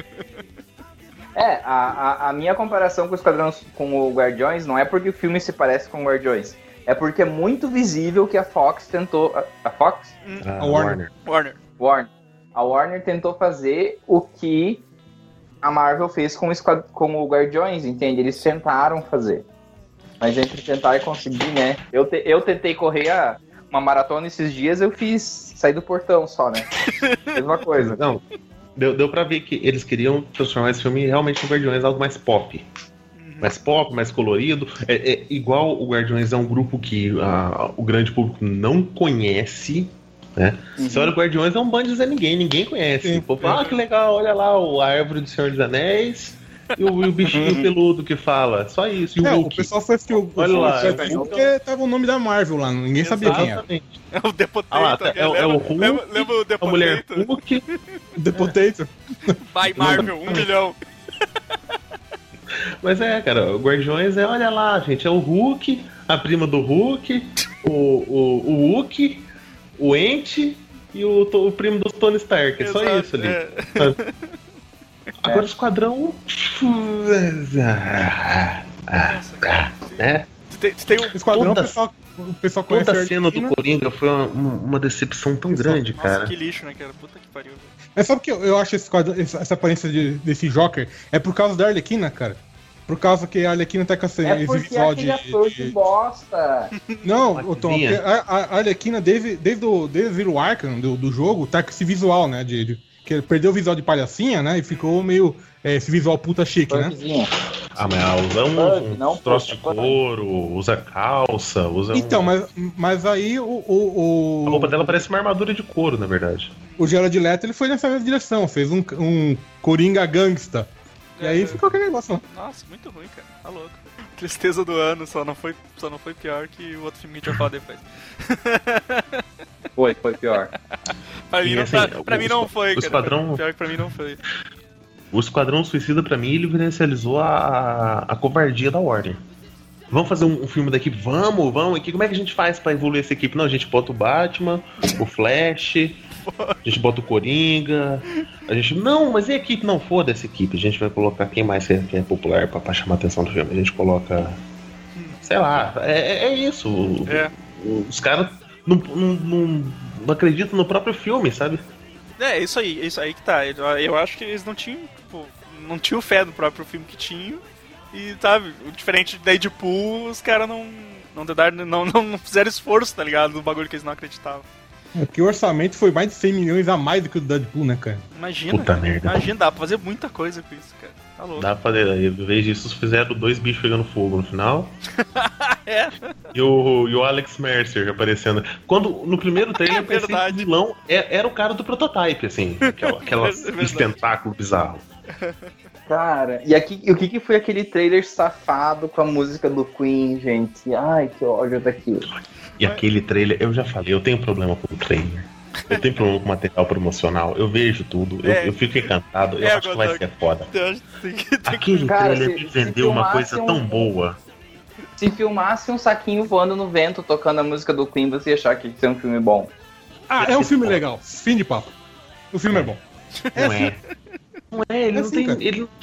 [SPEAKER 4] A minha comparação com o Esquadrão com o Guardiões não é porque o filme se parece com o Guardiões. É porque é muito visível que a Fox tentou... A Fox?
[SPEAKER 5] A Warner.
[SPEAKER 4] A Warner tentou fazer o que a Marvel fez com o Guardiões, entende? Eles tentaram fazer. Mas entre tentar e conseguir, né? Eu tentei correr uma maratona esses dias, eu sair do portão só, né? Mesma coisa.
[SPEAKER 3] Não, deu pra ver que eles queriam transformar esse filme realmente no Guardiões algo mais pop. Mais pop, mais colorido. Igual o Guardiões é um grupo que o grande público não conhece, né? Você olha o Guardiões é um bando de Zé Ninguém conhece. O povo, que legal, olha lá a árvore do Senhor dos Anéis e o bichinho peludo que fala. Só isso. E
[SPEAKER 5] o pessoal foi assistir porque tava o nome da Marvel lá, ninguém sabia quem era.
[SPEAKER 2] É o Depotator.
[SPEAKER 3] É o Hulk,
[SPEAKER 2] lembra o Depotator?
[SPEAKER 3] a mulher Hulk.
[SPEAKER 5] Depotator.
[SPEAKER 2] Vai Marvel, 1 milhão.
[SPEAKER 3] Mas cara, o Guardiões olha lá, gente, é o Hulk, a prima do Hulk, o Hulk, o Ent e o primo do Tony Stark. É só
[SPEAKER 2] Exato,
[SPEAKER 3] isso ali.
[SPEAKER 2] é.
[SPEAKER 3] Agora o Esquadrão.
[SPEAKER 2] Nossa, cara.
[SPEAKER 3] Né?
[SPEAKER 2] Tem um...
[SPEAKER 5] O Esquadrão,
[SPEAKER 3] Toda-
[SPEAKER 5] o pessoal conhece
[SPEAKER 3] Toda
[SPEAKER 5] a
[SPEAKER 3] a cena do
[SPEAKER 5] Arlequina.
[SPEAKER 3] Coringa foi uma decepção tão grande,
[SPEAKER 2] Nossa,
[SPEAKER 3] cara.
[SPEAKER 2] que lixo, né, cara? Puta que pariu. velho.
[SPEAKER 5] Mas sabe o que eu acho essa aparência desse Joker? É por causa da Arlequina, cara. Por causa que a Arlequina tá com esse
[SPEAKER 4] porque
[SPEAKER 5] visual
[SPEAKER 4] aquele ator de bosta.
[SPEAKER 5] Não,
[SPEAKER 3] Uma
[SPEAKER 5] ô, Tom,
[SPEAKER 3] coisinha.
[SPEAKER 5] porque a Arlequina, desde o Arkham do jogo, tá com esse visual, né? Que ele perdeu o visual de palhacinha, né? E ficou meio esse visual puta chique, né?
[SPEAKER 4] Punkzinho.
[SPEAKER 3] Ah, mas usa
[SPEAKER 4] Punk, não,
[SPEAKER 3] uns troços de
[SPEAKER 4] punk.
[SPEAKER 3] couro, usa calça, usa.
[SPEAKER 5] Então, mas aí
[SPEAKER 3] A roupa dela parece uma armadura de couro, na verdade.
[SPEAKER 5] o Jared Leto ele foi nessa mesma direção, fez um Coringa gangsta. E aí ficou aquele negócio lá.
[SPEAKER 2] Nossa, muito ruim, cara. Tá louco. Tristeza do ano, só não foi pior que o outro filme que a gente vai falar depois.
[SPEAKER 4] Foi pior.
[SPEAKER 2] Pra mim,
[SPEAKER 3] E,
[SPEAKER 2] não,
[SPEAKER 3] assim,
[SPEAKER 2] pra mim não foi,
[SPEAKER 3] o
[SPEAKER 2] cara.
[SPEAKER 3] Esquadrão-
[SPEAKER 2] Pior que pra mim não foi.
[SPEAKER 3] O Esquadrão Suicida, pra mim, ele evidencializou a covardia da Warner. Vamos fazer um filme da equipe? Vamos. E como é que a gente faz pra evoluir essa equipe? Não, a gente bota o Batman, o Flash, a gente bota o Coringa. A gente. Não, mas e a equipe? Não, foda essa equipe. A gente vai colocar quem mais que é popular pra chamar a atenção do filme. A gente coloca. Sei lá, é isso.
[SPEAKER 2] É.
[SPEAKER 3] Os caras não acreditam no próprio filme, sabe?
[SPEAKER 2] É isso aí que tá. Eu acho que eles não tinham, tipo, não tinham fé no próprio filme que tinham. E, sabe, diferente de Deadpool, os caras não fizeram esforço, tá ligado? No bagulho que eles não acreditavam.
[SPEAKER 5] Porque o orçamento foi mais de 100 milhões a mais do que o do Deadpool, né, cara?
[SPEAKER 2] Imagina,
[SPEAKER 3] Puta
[SPEAKER 2] cara.
[SPEAKER 3] merda.
[SPEAKER 2] Imagina, dá pra fazer muita coisa com isso, cara. Tá louco.
[SPEAKER 3] Dá pra fazer. Em vez disso, fizeram 2 bichos pegando fogo no final.
[SPEAKER 2] É.
[SPEAKER 3] E o Alex Mercer aparecendo. Quando no primeiro trailer eu pensei que o
[SPEAKER 2] Verdade.
[SPEAKER 3] vilão era o cara do Prototype, assim. Aquele
[SPEAKER 2] Verdade.
[SPEAKER 3] tentáculo bizarro.
[SPEAKER 4] Cara, e o que foi aquele trailer safado com a música do Queen, gente? Ai, que ódio daquilo.
[SPEAKER 3] E aquele trailer, eu já falei, eu tenho problema com o trailer. Eu tenho problema com material promocional. Eu vejo tudo, eu fico encantado. Eu acho que vai ser foda.
[SPEAKER 2] Eu acho que tem que...
[SPEAKER 3] Aquele
[SPEAKER 4] Cara,
[SPEAKER 3] trailer
[SPEAKER 4] se
[SPEAKER 3] me vendeu uma
[SPEAKER 4] filmasse
[SPEAKER 3] coisa tão
[SPEAKER 4] um-
[SPEAKER 3] boa.
[SPEAKER 4] Se filmasse um saquinho voando no vento tocando a música do Queen, você ia achar que ia ser um filme bom.
[SPEAKER 5] Ah, é um filme legal. Fim de papo. O filme é bom.
[SPEAKER 3] Não é. Não é, ele
[SPEAKER 5] É
[SPEAKER 3] não
[SPEAKER 5] assim,
[SPEAKER 3] tem.
[SPEAKER 5] cara.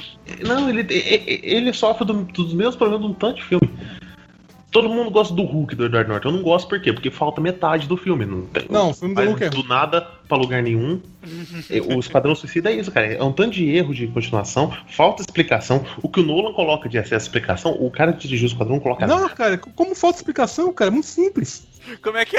[SPEAKER 3] Ele sofre dos mesmos problemas de um tanto de filme. Todo mundo gosta do Hulk do Edward Norton. Eu não gosto por quê? Porque falta metade do filme.
[SPEAKER 5] Não, o filme do
[SPEAKER 3] vai
[SPEAKER 5] Hulk é
[SPEAKER 3] do nada pra lugar nenhum. O Esquadrão Suicida é isso, cara. É um tanto de erro de continuação, falta explicação. O que o Nolan coloca de excesso de explicação, o cara que dirigiu o Esquadrão coloca
[SPEAKER 5] Não,
[SPEAKER 3] nada.
[SPEAKER 5] cara, como falta explicação, cara? É muito simples.
[SPEAKER 2] Como é que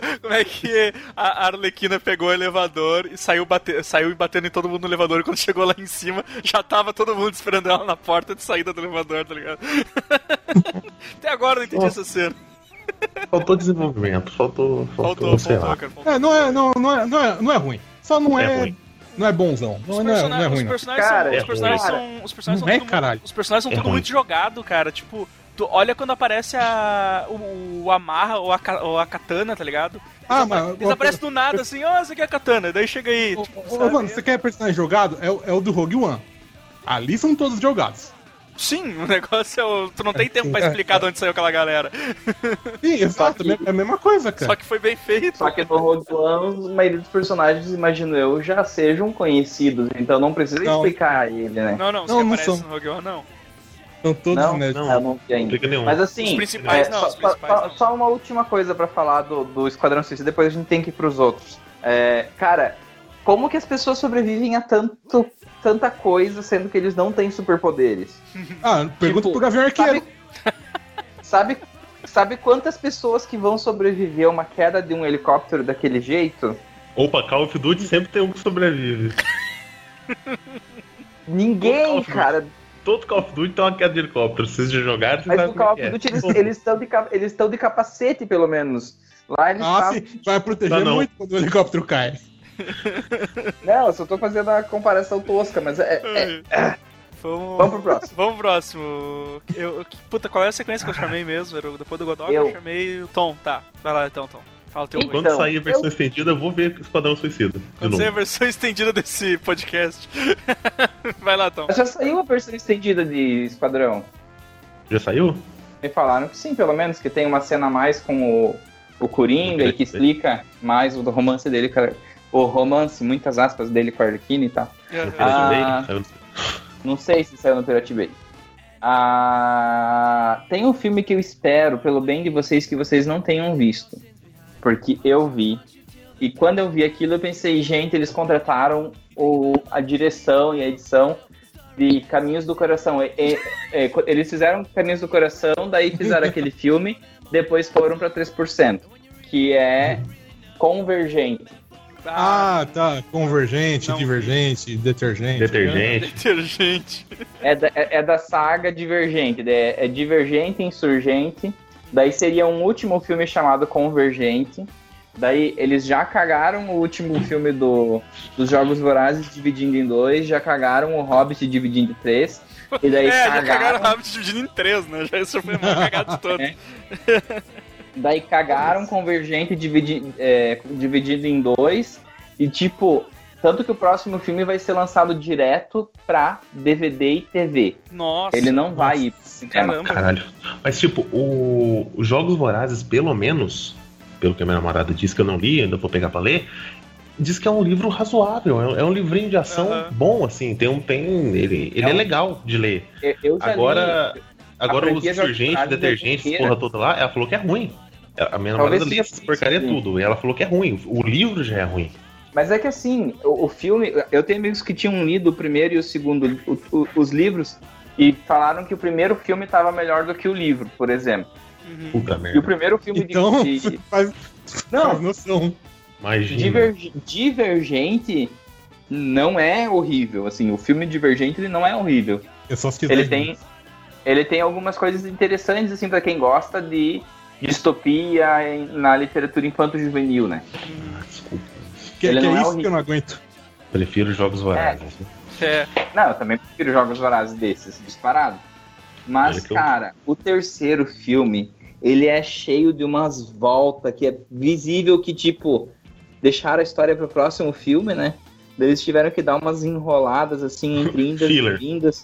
[SPEAKER 2] a Arlequina pegou o elevador e saiu batendo em todo mundo no elevador e quando chegou lá em cima já tava todo mundo esperando ela na porta de saída do elevador, tá ligado? Até agora eu não entendi essa cena.
[SPEAKER 3] Faltou desenvolvimento, faltou sei lá.
[SPEAKER 2] cara. Faltou.
[SPEAKER 5] Não é ruim. Só não
[SPEAKER 3] É
[SPEAKER 5] é.
[SPEAKER 3] ruim.
[SPEAKER 5] Não é bonzão. Não é ruim, não.
[SPEAKER 2] Os
[SPEAKER 4] Cara,
[SPEAKER 2] personagens
[SPEAKER 3] é
[SPEAKER 2] os personagens
[SPEAKER 5] Não é,
[SPEAKER 2] são tudo,
[SPEAKER 5] caralho.
[SPEAKER 2] os personagens são
[SPEAKER 3] É
[SPEAKER 2] tudo
[SPEAKER 3] ruim.
[SPEAKER 2] muito jogado, cara. Tipo, tu olha quando aparece o Amarra ou a Katana, tá ligado?
[SPEAKER 5] Ah, mas.
[SPEAKER 2] Eles aparecem do nada assim, ó, essa aqui é a Katana. Daí chega aí, tipo,
[SPEAKER 5] Ô,
[SPEAKER 2] sabe?
[SPEAKER 5] mano, você quer personagem jogado? É o do Rogue One. Ali são todos jogados.
[SPEAKER 2] Sim, o negócio é tu não tem tempo pra explicar de onde saiu aquela galera.
[SPEAKER 5] Sim, exato.
[SPEAKER 4] que-
[SPEAKER 5] É a mesma coisa, cara.
[SPEAKER 2] Só que foi bem feito.
[SPEAKER 4] Só que no Rogue One, a maioria dos personagens, imagino eu, já sejam conhecidos. Então não precisa
[SPEAKER 5] Não.
[SPEAKER 4] explicar ele, né?
[SPEAKER 2] Não, você
[SPEAKER 5] Não, não
[SPEAKER 2] aparece
[SPEAKER 5] são.
[SPEAKER 2] no Rogue One, não.
[SPEAKER 5] São todos
[SPEAKER 4] Não?
[SPEAKER 5] né?
[SPEAKER 3] Não.
[SPEAKER 4] Eu não vi ainda.
[SPEAKER 3] Explica nenhum.
[SPEAKER 4] Mas assim,
[SPEAKER 2] Os principais não, os principais não.
[SPEAKER 4] só uma última coisa pra falar do Esquadrão Suicida, depois a gente tem que ir pros outros. Cara, como que as pessoas sobrevivem a tanta coisa, sendo que eles não têm superpoderes?
[SPEAKER 5] Ah, pergunta
[SPEAKER 4] Tipo,
[SPEAKER 5] pro Gavião Arqueiro.
[SPEAKER 4] Sabe quantas pessoas que vão sobreviver a uma queda de um helicóptero daquele jeito?
[SPEAKER 3] Opa, Call of Duty sempre tem um que sobrevive.
[SPEAKER 4] Ninguém, cara.
[SPEAKER 3] Todo Call of Duty tem uma queda de helicóptero. Se vocês já jogaram, vocês
[SPEAKER 4] Mas
[SPEAKER 3] sabem
[SPEAKER 4] no Call
[SPEAKER 3] como
[SPEAKER 4] of
[SPEAKER 3] é que
[SPEAKER 4] Duty eles estão de capacete, pelo menos. Lá eles
[SPEAKER 5] Ah,
[SPEAKER 4] estavam.
[SPEAKER 5] sim. Vai proteger
[SPEAKER 3] Não.
[SPEAKER 5] muito quando o helicóptero cai.
[SPEAKER 4] Não, eu só tô fazendo a comparação tosca, mas vamos pro próximo.
[SPEAKER 2] Vamos pro próximo. Puta, qual é a sequência que eu chamei mesmo? Depois do Godot
[SPEAKER 4] Eu.
[SPEAKER 2] eu chamei o Tom. Tá, vai lá então, Tom. Fala teu
[SPEAKER 4] Então,
[SPEAKER 2] ruim.
[SPEAKER 3] Quando sair a versão estendida, eu vou ver Esquadrão Suicida. De
[SPEAKER 2] Quando sair a
[SPEAKER 3] novo.
[SPEAKER 2] versão estendida desse podcast. Vai lá, Tom.
[SPEAKER 4] Mas já saiu a versão estendida de Esquadrão.
[SPEAKER 3] Já saiu?
[SPEAKER 4] Me falaram que sim, pelo menos, que tem uma cena a mais com o Coringa e que explica mais o romance dele, o romance, muitas aspas, dele com a Arlequina e tal.
[SPEAKER 3] Saiu.
[SPEAKER 4] Não sei se saiu no Pirate Bay. Tem um filme que eu espero, pelo bem de vocês, que vocês não tenham visto. Porque eu vi. E quando eu vi aquilo, eu pensei, gente, eles contrataram a direção e a edição de Caminhos do Coração. Eles fizeram Caminhos do Coração, daí fizeram aquele filme, depois foram pra 3%, que é Convergente.
[SPEAKER 5] Ah, tá. Convergente,
[SPEAKER 2] Não.
[SPEAKER 5] Divergente, Detergente.
[SPEAKER 3] Detergente.
[SPEAKER 2] Detergente.
[SPEAKER 4] É da saga Divergente. É Divergente, Insurgente. Daí seria um último filme chamado Convergente. Daí eles já cagaram o último filme dos Jogos Vorazes dividindo em 2, já cagaram o Hobbit dividindo em 3. E daí
[SPEAKER 2] Já cagaram o Hobbit dividido em 3, né? Já isso foi mais cagado de todos.
[SPEAKER 4] Daí cagaram Convergente dividido em 2. E tipo, tanto que o próximo filme vai ser lançado direto pra DVD e TV.
[SPEAKER 2] Nossa.
[SPEAKER 4] Ele não vai ir pro cinema.
[SPEAKER 2] Caramba.
[SPEAKER 3] Caralho. Mas, tipo, os Jogos Vorazes, pelo menos, pelo que a minha namorada disse que eu não li, ainda vou pegar pra ler, diz que é um livro razoável, é um livrinho de ação bom, assim, ele é legal de ler.
[SPEAKER 4] Eu já
[SPEAKER 3] Agora o
[SPEAKER 4] franquia Jogos
[SPEAKER 3] Surgente,
[SPEAKER 4] Vorazes
[SPEAKER 3] Detergente,
[SPEAKER 4] inteira.
[SPEAKER 3] porra toda lá, ela falou que é ruim. A minha
[SPEAKER 4] Talvez
[SPEAKER 3] namorada lia
[SPEAKER 4] seja
[SPEAKER 3] essas porcaria
[SPEAKER 4] sim.
[SPEAKER 3] tudo, e ela falou que é ruim. O livro já é ruim.
[SPEAKER 4] Mas é que assim, o filme, eu tenho amigos que tinham lido o primeiro e o segundo, os livros, e falaram que o primeiro filme estava melhor do que o livro, por exemplo.
[SPEAKER 3] Puta
[SPEAKER 4] E o
[SPEAKER 3] merda.
[SPEAKER 4] primeiro filme
[SPEAKER 5] Então,
[SPEAKER 4] de
[SPEAKER 5] faz
[SPEAKER 4] Não,
[SPEAKER 5] noção.
[SPEAKER 3] Imagina.
[SPEAKER 4] Divergente não é horrível, assim, o filme Divergente ele não é horrível.
[SPEAKER 5] Eu só se quiser.
[SPEAKER 4] Ele tem algumas coisas interessantes, assim, pra quem gosta de distopia na literatura infanto-juvenil, né?
[SPEAKER 3] Desculpa.
[SPEAKER 5] Que
[SPEAKER 4] ele
[SPEAKER 5] é
[SPEAKER 4] não é
[SPEAKER 5] isso que
[SPEAKER 4] horrível.
[SPEAKER 5] eu não aguento.
[SPEAKER 3] Prefiro Jogos Vorazes.
[SPEAKER 4] Não, eu também prefiro Jogos Vorazes desses, disparado. Mas,
[SPEAKER 3] Ele que eu-
[SPEAKER 4] cara, o terceiro filme, ele é cheio de umas voltas que é visível que, tipo, deixaram a história pro próximo filme, né? Daí eles tiveram que dar umas enroladas, assim, entre indas
[SPEAKER 3] Filler.
[SPEAKER 4] e vindas.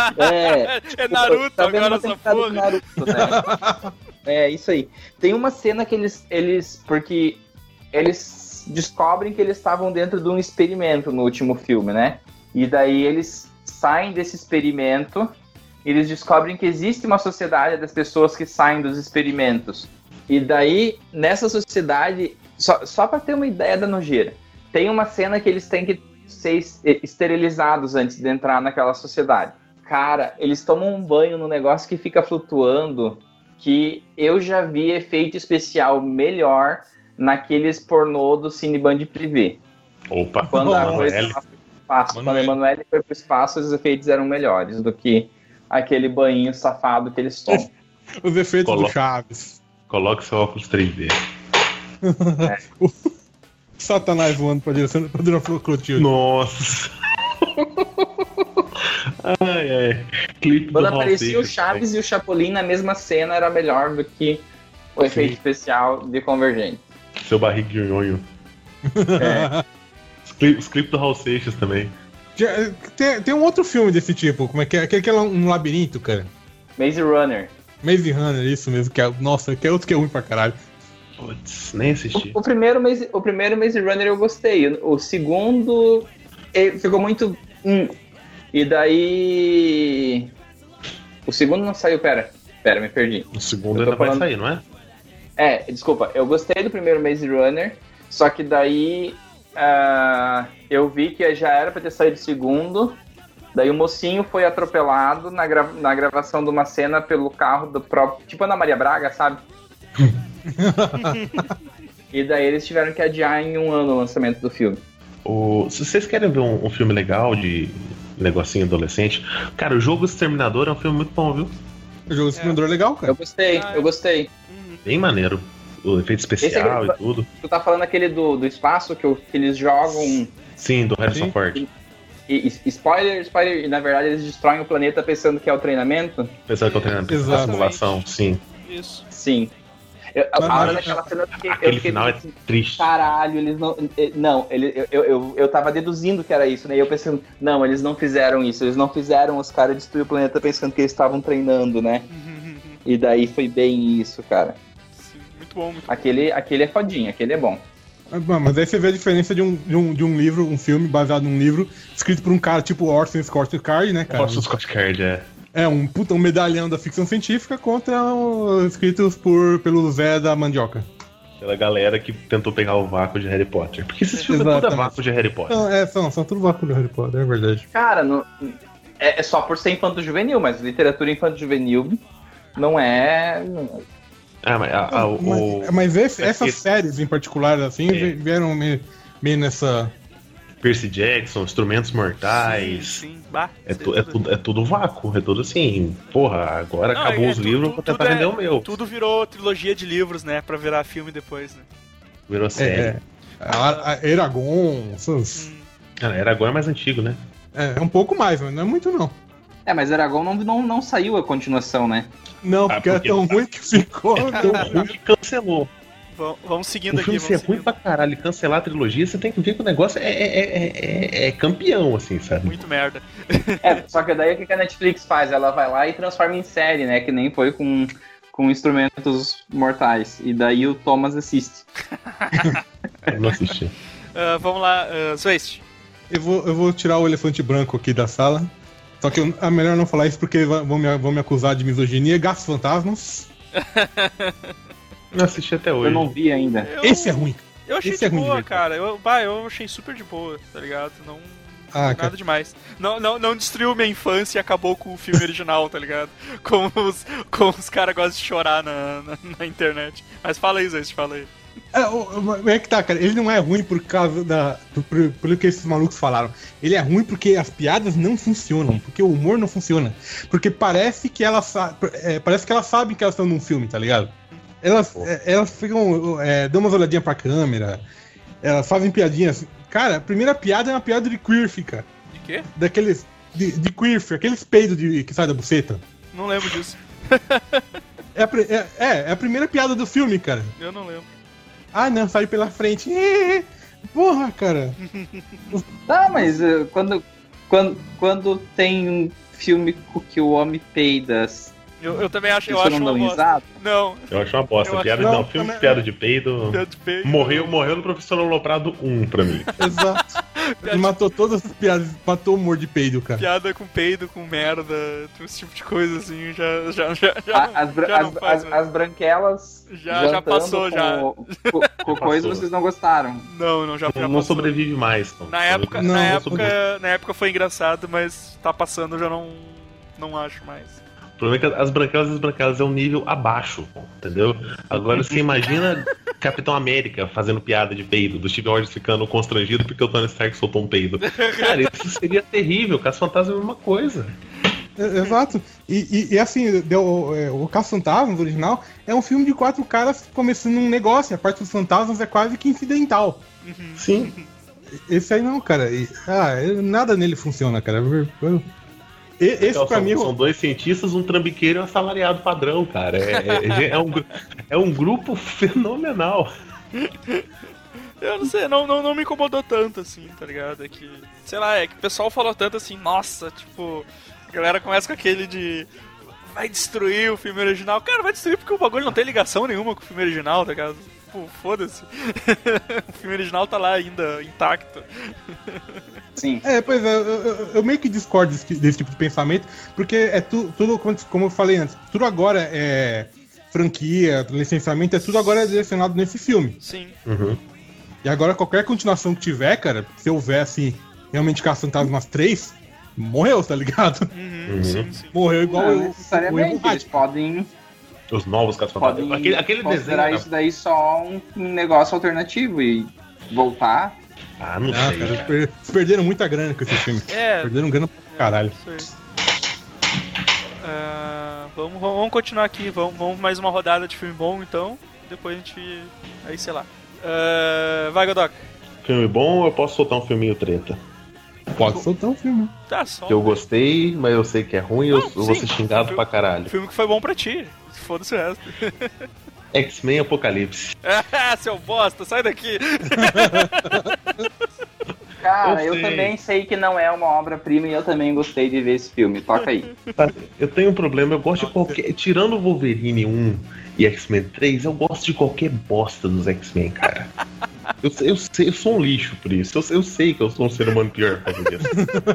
[SPEAKER 2] É Naruto
[SPEAKER 4] tá vendo
[SPEAKER 2] agora
[SPEAKER 4] uma
[SPEAKER 2] essa
[SPEAKER 4] temporada
[SPEAKER 2] porra.
[SPEAKER 4] de Naruto, né? É, isso aí. Tem uma cena que porque eles descobrem que eles estavam dentro de um experimento no último filme, né? E daí eles saem desse experimento, eles descobrem que existe uma sociedade das pessoas que saem dos experimentos. E daí, nessa sociedade, só para ter uma ideia da nojeira, tem uma cena que eles têm que ser esterilizados antes de entrar naquela sociedade. Cara, eles tomam um banho no negócio que fica flutuando, que eu já vi efeito especial melhor naqueles pornô do Cine Band Privé.
[SPEAKER 3] Opa,
[SPEAKER 4] Quando a coisa
[SPEAKER 3] Manoel.
[SPEAKER 4] foi pro espaço, quando a Emanuele foi pro espaço, os efeitos eram melhores do que aquele banho safado que eles tomam.
[SPEAKER 5] Os efeitos do
[SPEAKER 3] Coloca.
[SPEAKER 5] Chaves.
[SPEAKER 3] Coloque seu óculos 3D.
[SPEAKER 5] Satanás voando pra direção do Clotilde.
[SPEAKER 3] Nossa. Ai, ai. Clipe
[SPEAKER 4] Quando
[SPEAKER 3] do Hall
[SPEAKER 4] aparecia o
[SPEAKER 3] Seixas,
[SPEAKER 4] Chaves e o Chapolin na mesma cena, era melhor do que o efeito especial de Convergente.
[SPEAKER 3] Seu barriguinho. Os clipes do Hall Seixas também.
[SPEAKER 5] Tem um outro filme desse tipo, como é que é? Aquele que é um labirinto, cara.
[SPEAKER 4] Maze Runner.
[SPEAKER 5] Maze Runner, isso mesmo, que é, nossa, que é outro que é ruim pra caralho.
[SPEAKER 3] Putz, nem assisti.
[SPEAKER 4] O primeiro Maze Runner eu gostei. O segundo ele ficou muito. E daí. O segundo não saiu, pera, me perdi.
[SPEAKER 3] O segundo
[SPEAKER 4] Eu tô
[SPEAKER 3] ainda vai
[SPEAKER 4] falando-
[SPEAKER 3] sair, não é?
[SPEAKER 4] Desculpa, eu gostei do primeiro Maze Runner, só que daí eu vi que já era pra ter saído o segundo, daí o mocinho foi atropelado na gravação de uma cena pelo carro do próprio, tipo Ana Maria Braga, sabe? E daí eles tiveram que adiar em 1 ano o lançamento do filme.
[SPEAKER 3] Se vocês querem ver um filme legal de negocinho adolescente, cara, o Jogo Exterminador é um filme muito bom, viu?
[SPEAKER 5] O jogo Exterminador é legal, cara.
[SPEAKER 4] Eu gostei.
[SPEAKER 3] Bem maneiro. O efeito especial
[SPEAKER 4] Esse
[SPEAKER 3] e tudo.
[SPEAKER 4] Tu tá falando aquele do espaço que eles jogam.
[SPEAKER 3] Sim, do Harrison
[SPEAKER 5] Sim.
[SPEAKER 3] Ford.
[SPEAKER 4] E spoiler, e na verdade eles destroem o planeta pensando que é o treinamento?
[SPEAKER 3] Pensando que eu tenho
[SPEAKER 5] Exatamente.
[SPEAKER 3] a simulação, sim.
[SPEAKER 2] Isso.
[SPEAKER 4] Sim. A hora daquela cena eu fiquei
[SPEAKER 3] Aquele final é
[SPEAKER 4] assim,
[SPEAKER 3] triste.
[SPEAKER 4] caralho, eles não. Não, eu tava deduzindo que era isso, né? E eu pensando, não, eles não fizeram isso, eles não fizeram os caras destruir o planeta pensando que eles estavam treinando, né? E daí foi bem isso, cara.
[SPEAKER 2] Sim, muito bom, muito bom.
[SPEAKER 4] Aquele é fodinho, aquele é bom.
[SPEAKER 5] Mas aí você vê a diferença de um livro, um filme baseado num livro, escrito por um cara tipo Orson Scott Card, né, cara?
[SPEAKER 3] Orson Scott Card, é.
[SPEAKER 5] É, um medalhão da ficção científica contra escritos pelo Zé da Mandioca.
[SPEAKER 3] Pela galera que tentou pegar o vácuo de Harry Potter. Porque esses filmes é tudo
[SPEAKER 5] Exatamente.
[SPEAKER 3] vácuo de Harry Potter.
[SPEAKER 5] Não, são tudo vácuo do Harry Potter, é verdade.
[SPEAKER 4] Cara, é só por ser infanto-juvenil, mas literatura infanto-juvenil não é.
[SPEAKER 5] Mas essas séries em particular, assim, vieram meio nessa...
[SPEAKER 3] Percy Jackson, Instrumentos Mortais.
[SPEAKER 2] Sim. Bah,
[SPEAKER 3] É tudo vácuo, é tudo assim. Porra, agora
[SPEAKER 2] Não,
[SPEAKER 3] acabou os livros, vou tentar vender o meu.
[SPEAKER 2] Tudo virou trilogia de livros, né? Pra virar filme depois, né?
[SPEAKER 3] Virou série.
[SPEAKER 5] A Eragon,
[SPEAKER 3] Aragorn é mais antigo, né?
[SPEAKER 5] É um pouco mais, mas não é muito não.
[SPEAKER 4] Mas Eragon não saiu a continuação, né?
[SPEAKER 5] Não, porque era tão ruim que ficou.
[SPEAKER 3] Tão ruim que cancelou.
[SPEAKER 2] Vamos seguindo
[SPEAKER 3] O
[SPEAKER 2] aqui,
[SPEAKER 3] filme ser ruim pra caralho e cancelar a trilogia, você tem que ver que o negócio é campeão, assim, sabe?
[SPEAKER 2] Muito merda.
[SPEAKER 4] Só que daí o que a Netflix faz? Ela vai lá e transforma em série, né? Que nem foi com Instrumentos Mortais. E daí o Thomas assiste.
[SPEAKER 3] Eu não assisti.
[SPEAKER 2] Vamos lá, Zwest.
[SPEAKER 5] Eu vou tirar o elefante branco aqui da sala. Só que é melhor não falar isso porque vão me acusar de misoginia. Gatos Fantasmas.
[SPEAKER 3] Não assisti até hoje.
[SPEAKER 4] Eu não vi ainda.
[SPEAKER 5] Esse é ruim.
[SPEAKER 2] Eu achei
[SPEAKER 5] Esse
[SPEAKER 2] de
[SPEAKER 5] é ruim de
[SPEAKER 2] boa,
[SPEAKER 5] verdade.
[SPEAKER 2] cara. Eu achei super de boa, tá ligado? Não
[SPEAKER 5] Ah,
[SPEAKER 2] nada
[SPEAKER 5] cara.
[SPEAKER 2] demais. Não destruiu minha infância e acabou com o filme original, tá ligado? Como os caras gostam de chorar na internet. Mas fala aí, Zwest, fala aí.
[SPEAKER 5] É que tá, cara. Ele não é ruim por causa pelo que esses malucos falaram. Ele é ruim porque as piadas não funcionam, porque o humor não funciona. Porque parece que elas sabem que elas estão num filme, tá ligado? Elas ficam dão umas olhadinhas pra câmera, elas fazem piadinhas. Cara, a primeira piada é uma piada de queerf, cara.
[SPEAKER 2] De quê?
[SPEAKER 5] Daqueles. De queerf, aqueles peidos que sai da buceta.
[SPEAKER 2] Não lembro disso.
[SPEAKER 5] É a primeira piada do filme, cara.
[SPEAKER 2] Eu não lembro.
[SPEAKER 5] Ah, não, sai pela frente. Porra, cara.
[SPEAKER 4] Tá, mas quando tem um filme que o homem peida,
[SPEAKER 2] Eu também acho, eu
[SPEAKER 4] isso
[SPEAKER 2] acho
[SPEAKER 4] não dá
[SPEAKER 2] uma bosta.
[SPEAKER 4] risada?
[SPEAKER 2] Não.
[SPEAKER 3] Eu acho uma bosta.
[SPEAKER 2] Eu
[SPEAKER 3] Piada
[SPEAKER 2] acho-
[SPEAKER 3] não,
[SPEAKER 5] Não,
[SPEAKER 3] filme
[SPEAKER 5] também-
[SPEAKER 3] de piada de peido.
[SPEAKER 2] Piada de peito.
[SPEAKER 3] Morreu no Professor Aloprado 1 pra mim.
[SPEAKER 5] Exato. Ele matou todas as piadas, matou o humor de peido, cara.
[SPEAKER 2] Piada com peido, com merda, esse tipo de coisa assim, já não faz mais.
[SPEAKER 4] As branquelas
[SPEAKER 2] Já
[SPEAKER 4] jantando
[SPEAKER 2] passou, já.
[SPEAKER 4] com coisa vocês não gostaram.
[SPEAKER 2] Não, já
[SPEAKER 3] Não
[SPEAKER 2] passou.
[SPEAKER 3] sobrevive mais. Então.
[SPEAKER 2] Na época,
[SPEAKER 5] Não,
[SPEAKER 2] na,
[SPEAKER 5] não
[SPEAKER 2] época, na época foi engraçado, mas tá passando, eu já não acho mais.
[SPEAKER 3] O problema é que as branquelas é um nível abaixo, entendeu? Agora você imagina Capitão América fazendo piada de peido, do Steve Rogers ficando constrangido porque o Tony Stark soltou um peido. Cara, isso seria terrível, Caça Fantasma é a mesma coisa.
[SPEAKER 5] Exato. E assim, o Caça Fantasmas original é um filme de 4 caras começando um negócio, a parte dos fantasmas é quase que incidental.
[SPEAKER 3] Sim.
[SPEAKER 5] Esse aí não, cara. Nada nele funciona, cara. Esse
[SPEAKER 3] Então,
[SPEAKER 5] pra mim.
[SPEAKER 3] são dois cientistas, um trambiqueiro e um assalariado padrão, cara. É um grupo fenomenal.
[SPEAKER 2] Eu não sei, não me incomodou tanto assim, tá ligado? É que, sei lá, que o pessoal falou tanto assim, nossa, tipo, a galera começa com aquele de vai destruir o filme original. Cara, vai destruir porque o bagulho não tem ligação nenhuma com o filme original, tá ligado? Pô, foda-se. O filme original tá lá ainda intacto.
[SPEAKER 4] Sim.
[SPEAKER 5] Pois é, eu meio que discordo desse tipo de pensamento, porque é tudo, como eu falei antes, tudo agora é franquia, licenciamento, tudo agora é direcionado nesse filme.
[SPEAKER 2] Sim.
[SPEAKER 3] Uhum.
[SPEAKER 5] E agora qualquer continuação que tiver, cara, se houver, assim, realmente Caça Fantasmas 3, morreu, tá ligado?
[SPEAKER 2] Sim.
[SPEAKER 5] Morreu igual
[SPEAKER 4] Não
[SPEAKER 5] o
[SPEAKER 4] necessariamente,
[SPEAKER 5] Erro
[SPEAKER 4] eles podem
[SPEAKER 3] Os novos Caça-Fantasmas. Aquele desenho.
[SPEAKER 4] considerar isso daí só um negócio alternativo e voltar.
[SPEAKER 3] Ah, não
[SPEAKER 5] Ah,
[SPEAKER 3] sei.
[SPEAKER 5] cara, eles perderam muita grana com esse filme. Perderam grana pra caralho.
[SPEAKER 2] Isso aí. Vamos continuar aqui, vamos mais uma rodada de filme bom então. Depois a gente. Aí sei lá. Vai, Godok.
[SPEAKER 3] Filme bom ou eu posso soltar um filminho treta?
[SPEAKER 5] Pode soltar um filme.
[SPEAKER 2] Tá só.
[SPEAKER 3] Que eu gostei, mas eu sei que é ruim e eu vou
[SPEAKER 2] sim.
[SPEAKER 3] ser xingado pra caralho.
[SPEAKER 2] Filme que foi bom pra ti. foda-se o resto.
[SPEAKER 3] X-Men Apocalipse.
[SPEAKER 2] Seu bosta, sai daqui.
[SPEAKER 4] Cara,
[SPEAKER 3] Eu
[SPEAKER 4] eu
[SPEAKER 3] sei.
[SPEAKER 4] também sei que não é uma obra-prima e eu também gostei de ver esse filme. Toca aí.
[SPEAKER 3] Sabe, eu tenho um problema, eu gosto de qualquer. Tirando o Wolverine 1 e X-Men 3, eu gosto de qualquer bosta dos X-Men, cara. Eu sou um lixo por isso. Eu sei que eu sou um ser humano pior por causa disso.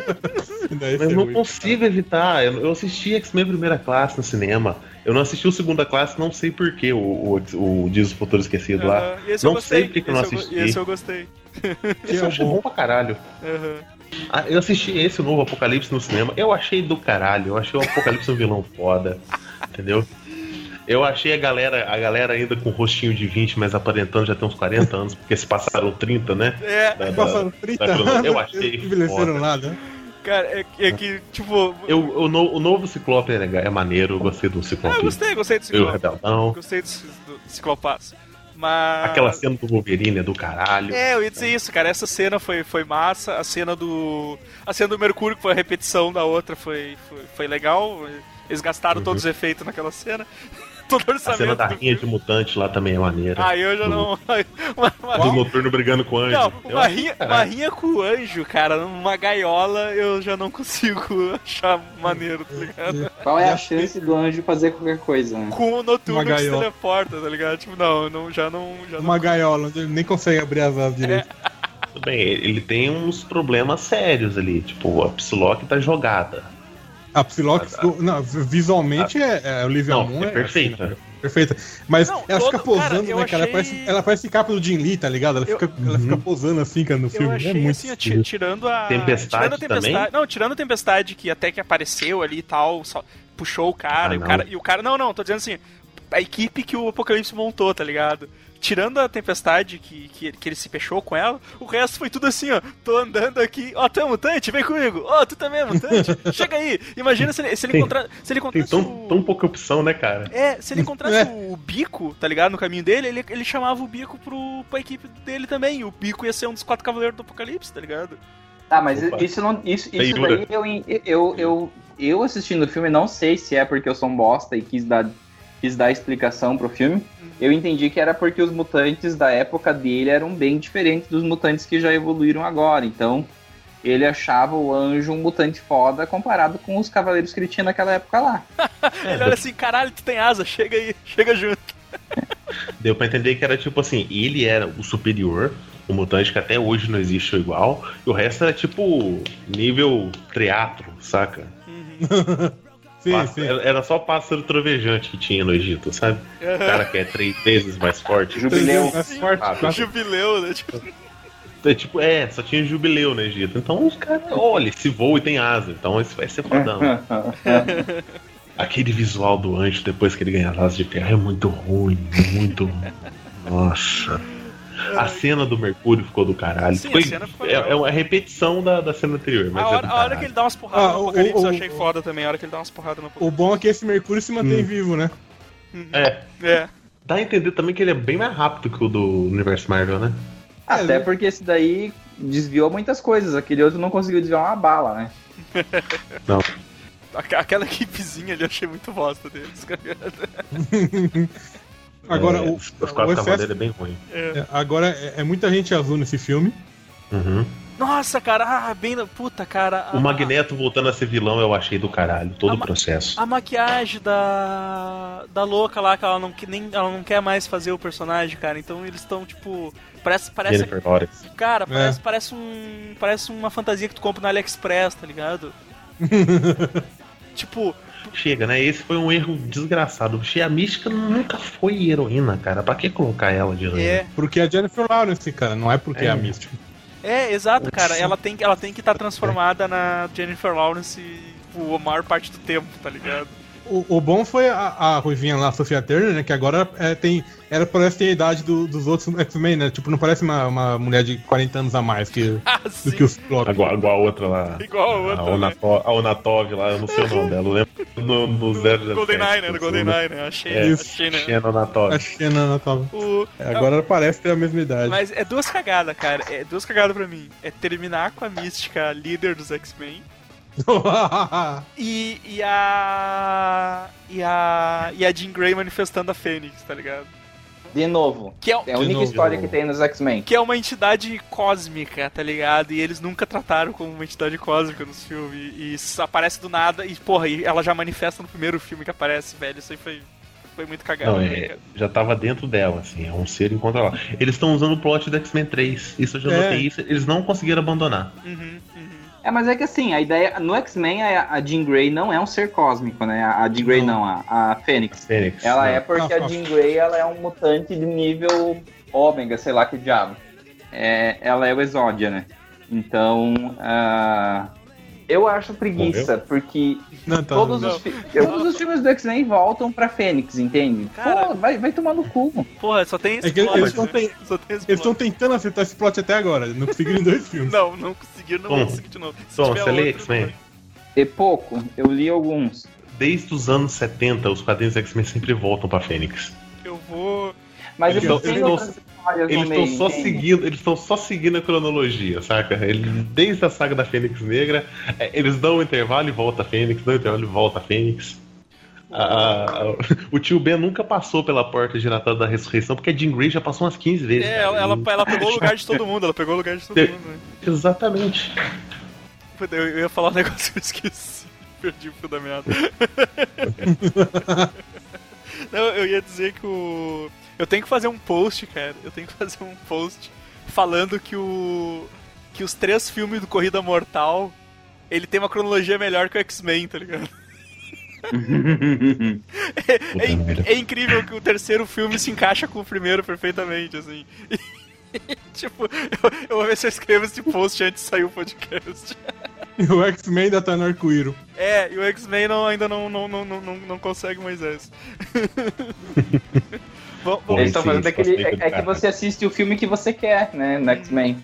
[SPEAKER 5] Daí
[SPEAKER 3] Mas
[SPEAKER 5] você
[SPEAKER 3] não
[SPEAKER 5] ruim.
[SPEAKER 3] consigo evitar. Eu assisti X-Men Primeira Classe no cinema. Eu não assisti o Segunda Classe, não sei porquê. O Dias do Futuro Esquecido lá.
[SPEAKER 2] Aham, e esse eu
[SPEAKER 3] Não
[SPEAKER 2] gostei,
[SPEAKER 3] sei porque que eu não
[SPEAKER 2] esse
[SPEAKER 3] assisti.
[SPEAKER 2] Esse eu gostei.
[SPEAKER 3] Esse eu achei bom pra caralho.
[SPEAKER 2] Aham.
[SPEAKER 3] Eu assisti esse, o novo Apocalipse, no cinema. Eu achei do caralho. Eu achei o Apocalipse um vilão foda. Entendeu? Eu achei a galera ainda com rostinho de 20, mas aparentando já tem uns 40 anos, porque se passaram 30, né?
[SPEAKER 2] É,
[SPEAKER 5] Passaram 30
[SPEAKER 3] da cronologia.
[SPEAKER 5] anos,
[SPEAKER 3] Eu achei
[SPEAKER 5] envelheceram
[SPEAKER 3] foda.
[SPEAKER 5] nada.
[SPEAKER 2] cara, é que, tipo...
[SPEAKER 3] O novo Ciclope é legal, é maneiro, eu gostei do Ciclope.
[SPEAKER 2] eu gostei do
[SPEAKER 3] Eu,
[SPEAKER 2] Ciclope.
[SPEAKER 3] Rebeldão.
[SPEAKER 2] Gostei do Ciclopaço. Mas...
[SPEAKER 3] Aquela cena do Wolverine é do caralho.
[SPEAKER 2] Eu ia dizer isso, cara. Essa cena foi massa. A cena do Mercúrio, que foi a repetição da outra, foi legal. Eles gastaram todos os efeitos naquela cena. Todo o
[SPEAKER 3] A
[SPEAKER 2] orçamento.
[SPEAKER 3] cena da
[SPEAKER 2] do
[SPEAKER 3] rinha
[SPEAKER 2] filme.
[SPEAKER 3] de mutante lá também é maneira.
[SPEAKER 2] Ah, eu já não.
[SPEAKER 3] Do Noturno brigando com o anjo.
[SPEAKER 2] Não,
[SPEAKER 3] Eu
[SPEAKER 2] uma
[SPEAKER 3] achei
[SPEAKER 2] rinha,
[SPEAKER 3] caralho.
[SPEAKER 2] uma rinha com o anjo, cara, numa gaiola, eu já não consigo achar maneiro, tá ligado?
[SPEAKER 4] Qual é a chance do anjo fazer qualquer coisa, né?
[SPEAKER 2] Com o noturno
[SPEAKER 5] Uma
[SPEAKER 2] que se
[SPEAKER 5] gaiola.
[SPEAKER 2] teleporta, tá ligado? Tipo, já não.
[SPEAKER 5] Uma gaiola, onde ele nem consegue abrir as asas direito.
[SPEAKER 3] Tudo bem, ele tem uns problemas sérios ali. Tipo, a Psylocke tá jogada.
[SPEAKER 5] A Psylocke, não, visualmente é Olivia
[SPEAKER 3] Não,
[SPEAKER 5] Munn
[SPEAKER 3] é perfeita.
[SPEAKER 5] assim, né? Perfeita. Mas
[SPEAKER 2] Não,
[SPEAKER 5] ela fica
[SPEAKER 2] todo- cara,
[SPEAKER 5] posando,
[SPEAKER 2] eu
[SPEAKER 5] né, cara?
[SPEAKER 2] achei-
[SPEAKER 5] Ela parece capa do Jim Lee, tá ligado? Ela fica posando assim, cara, no
[SPEAKER 2] Eu
[SPEAKER 5] filme.
[SPEAKER 2] achei
[SPEAKER 5] É muito
[SPEAKER 2] assim,
[SPEAKER 5] estranho.
[SPEAKER 2] tirando a.
[SPEAKER 3] Tempestade
[SPEAKER 2] tirando a tempestade.
[SPEAKER 3] também?
[SPEAKER 2] Não, tirando a tempestade que até que apareceu ali e tal, puxou o cara,
[SPEAKER 3] Ah,
[SPEAKER 2] e o
[SPEAKER 3] não.
[SPEAKER 2] cara. E o cara. Não, tô dizendo assim, a equipe que o Apocalipse montou, tá ligado? Tirando a tempestade que ele se fechou com ela, o resto foi tudo assim, ó. Tô andando aqui, ó, tu é mutante, vem comigo. Ó, tu também é mutante, chega aí. Imagina se ele
[SPEAKER 3] Tem-
[SPEAKER 2] encontrar. Se ele
[SPEAKER 3] Tem
[SPEAKER 2] encontrasse
[SPEAKER 3] tão pouca opção, né, cara?
[SPEAKER 2] se ele encontrasse o Bico, tá ligado? No caminho dele, ele chamava o Bico pra equipe dele também. E o Bico ia ser um dos 4 cavaleiros do Apocalipse, tá ligado?
[SPEAKER 4] Tá, mas
[SPEAKER 3] Opa.
[SPEAKER 4] isso
[SPEAKER 3] Feiura.
[SPEAKER 4] daí eu assistindo o filme, não sei se é porque eu sou um bosta e quis dar explicação pro filme. Eu entendi que era porque os mutantes da época dele eram bem diferentes dos mutantes que já evoluíram agora. Então, ele achava o anjo um mutante foda comparado com os cavaleiros que ele tinha naquela época lá.
[SPEAKER 2] Ele olha assim, caralho, tu tem asa, chega aí, chega junto.
[SPEAKER 3] Deu pra entender que era tipo assim, ele era o superior, o mutante que até hoje não existe igual, e o resto era tipo nível teatro, saca?
[SPEAKER 5] Sim.
[SPEAKER 3] Era só pássaro trovejante que tinha no Egito, sabe? O cara que é 3 vezes mais forte.
[SPEAKER 4] Jubileu.
[SPEAKER 5] Mais forte,
[SPEAKER 3] Ah,
[SPEAKER 5] quase.
[SPEAKER 2] Jubileu, né? Tipo,
[SPEAKER 3] Só tinha jubileu no Egito. Então os caras, olha, esse voa e tem asa, então esse vai ser fodão. Aquele visual do anjo depois que ele ganha as asas de ferro é muito ruim, muito ruim. Nossa. A cena do Mercúrio ficou do caralho.
[SPEAKER 2] Sim, a cena ficou legal.
[SPEAKER 3] É uma repetição da cena anterior, mas
[SPEAKER 2] a
[SPEAKER 3] é do
[SPEAKER 2] hora
[SPEAKER 3] caralho.
[SPEAKER 2] que ele dá umas porradas
[SPEAKER 5] Ah,
[SPEAKER 2] no
[SPEAKER 5] o-
[SPEAKER 2] Apocalipse,
[SPEAKER 5] o-
[SPEAKER 2] eu achei foda também. A hora que ele dá umas porradas no
[SPEAKER 5] O
[SPEAKER 2] Apocalipse.
[SPEAKER 5] bom é que esse Mercúrio se mantém vivo, né?
[SPEAKER 3] É. Dá a entender também que ele é bem mais rápido que o do Universo Marvel, né?
[SPEAKER 4] Até porque esse daí desviou muitas coisas. Aquele outro não conseguiu desviar uma bala, né?
[SPEAKER 3] Não.
[SPEAKER 2] Aquela equipezinha ali eu achei muito bosta deles, cara.
[SPEAKER 5] Agora,
[SPEAKER 3] Os
[SPEAKER 5] o
[SPEAKER 3] quatro
[SPEAKER 5] excesso,
[SPEAKER 3] cavaleiros é bem ruim.
[SPEAKER 5] agora é muita gente azul nesse filme.
[SPEAKER 3] Uhum.
[SPEAKER 2] Nossa, cara, bem. Puta, cara.
[SPEAKER 3] O Magneto voltando a ser vilão eu achei do caralho, todo o processo.
[SPEAKER 2] A maquiagem da louca lá, que ela não quer mais fazer o personagem, cara. Então eles estão, tipo. Parece.
[SPEAKER 3] Jennifer Lawrence.
[SPEAKER 2] Cara, parece uma fantasia que tu compra no AliExpress, tá ligado? Tipo.
[SPEAKER 3] Chega, né? Esse foi um erro desgraçado. A Mística nunca foi heroína, cara. Pra que colocar ela de heroína?
[SPEAKER 2] É,
[SPEAKER 5] Porque é a Jennifer Lawrence, cara, não é porque é a Mística.
[SPEAKER 2] exato, cara. Ela tem que estar transformada na Jennifer Lawrence a maior parte do tempo, tá ligado?
[SPEAKER 5] O bom foi a Ruivinha lá, a Sophia Turner, né? Que agora ela parece ter a idade dos outros X-Men, né? Tipo, não parece uma mulher de 40 anos a mais do
[SPEAKER 2] Sim.
[SPEAKER 5] que os Ciclope.
[SPEAKER 3] Igual a outra lá.
[SPEAKER 2] Igual a outra, né?
[SPEAKER 3] A Onatov lá, eu não sei o nome dela. Eu lembro no 007.
[SPEAKER 2] GoldenEye, né? Do GoldenEye, né? Achei, né?
[SPEAKER 3] Xena Onatov.
[SPEAKER 5] A Xena tava.
[SPEAKER 2] O-
[SPEAKER 5] Agora ela parece ter a mesma idade.
[SPEAKER 2] Mas é duas cagadas, cara. É duas cagadas pra mim. É terminar com a Mística líder dos X-Men. E a Jean Grey manifestando a Fênix, tá ligado?
[SPEAKER 4] De novo.
[SPEAKER 2] Que é,
[SPEAKER 4] É a única
[SPEAKER 5] novo,
[SPEAKER 4] história
[SPEAKER 3] de novo.
[SPEAKER 4] que tem nos X-Men.
[SPEAKER 2] que é uma entidade cósmica, tá ligado? E eles nunca trataram como uma entidade cósmica nos filmes. E isso aparece do nada. E, porra, e ela já manifesta no primeiro filme que aparece, velho. Isso aí foi muito cagado.
[SPEAKER 3] Não,
[SPEAKER 2] né, cara?
[SPEAKER 3] já tava dentro dela, assim, é um ser incontrolável. Eles estão usando o plot do X-Men 3. Isso eu já notei isso, eles não conseguiram abandonar.
[SPEAKER 2] Uhum.
[SPEAKER 4] Mas é que assim, a ideia. No X-Men, a Jean Grey não é um ser cósmico, né? A Jean Grey não, a Fênix.
[SPEAKER 3] Fênix.
[SPEAKER 4] Ela
[SPEAKER 3] né?
[SPEAKER 4] é porque a Jean Grey ela é um mutante de nível ômega, sei lá que diabo. Ela é o Exódia, né? Então, eu acho preguiça, porque
[SPEAKER 5] Não, tá,
[SPEAKER 4] todos
[SPEAKER 5] não.
[SPEAKER 4] os filmes do X-Men voltam pra Fênix, entende?
[SPEAKER 2] Cara,
[SPEAKER 4] Pô, vai tomar no cu.
[SPEAKER 2] Porra, só tem esse
[SPEAKER 5] É que
[SPEAKER 2] plot,
[SPEAKER 5] eles não
[SPEAKER 2] né?
[SPEAKER 5] têm-
[SPEAKER 2] Só tem esse
[SPEAKER 5] Eles estão
[SPEAKER 2] plot.
[SPEAKER 5] tentando acertar esse plot até agora. Não conseguiram em 2 filmes.
[SPEAKER 2] Não conseguiram, não
[SPEAKER 3] Tom,
[SPEAKER 2] vou conseguir de novo. Se
[SPEAKER 3] Tom,
[SPEAKER 2] tiver
[SPEAKER 3] você lê
[SPEAKER 2] outro,
[SPEAKER 3] X-Men?
[SPEAKER 4] E pouco, eu li alguns.
[SPEAKER 3] Desde os anos 70, os quadrinhos do X-Men sempre voltam pra Fênix.
[SPEAKER 2] eu vou...
[SPEAKER 4] Mas
[SPEAKER 3] Eles
[SPEAKER 4] eu
[SPEAKER 3] tão-
[SPEAKER 4] tenho
[SPEAKER 3] eles
[SPEAKER 4] outras histórias
[SPEAKER 3] Eles
[SPEAKER 4] no meio,
[SPEAKER 3] estão só
[SPEAKER 4] entende?
[SPEAKER 3] seguindo, eles estão só seguindo a cronologia, saca? Desde a saga da Fênix Negra, eles dão um intervalo e volta a Fênix, dão um intervalo e volta a Fênix. O tio Ben nunca passou pela porta giratória da ressurreição, porque a Jean Grey já passou umas 15 vezes.
[SPEAKER 2] É,
[SPEAKER 3] cara.
[SPEAKER 2] ela pegou o lugar de todo mundo, ela pegou o lugar de todo mundo, né?
[SPEAKER 3] Exatamente.
[SPEAKER 2] Puta, eu ia falar um negócio que eu esqueci. Perdi o fio da meada. Não, eu ia dizer que eu tenho que fazer um post, cara. Eu tenho que fazer um post falando que os 3 filmes do Corrida Mortal, ele tem uma cronologia melhor que o X-Men, tá ligado? É incrível que o terceiro filme se encaixa com o primeiro perfeitamente, assim. Tipo, eu vou ver se eu escrevo esse post antes de sair o podcast.
[SPEAKER 5] E o X-Men ainda tá no arco-íro.
[SPEAKER 2] E o X-Men ainda não consegue mais essa.
[SPEAKER 4] Eles estão
[SPEAKER 3] Sim,
[SPEAKER 4] fazendo
[SPEAKER 3] esse
[SPEAKER 4] aquele.
[SPEAKER 3] conceito do
[SPEAKER 4] É que
[SPEAKER 3] cara.
[SPEAKER 4] você assiste o filme que você quer, né? No X-Men.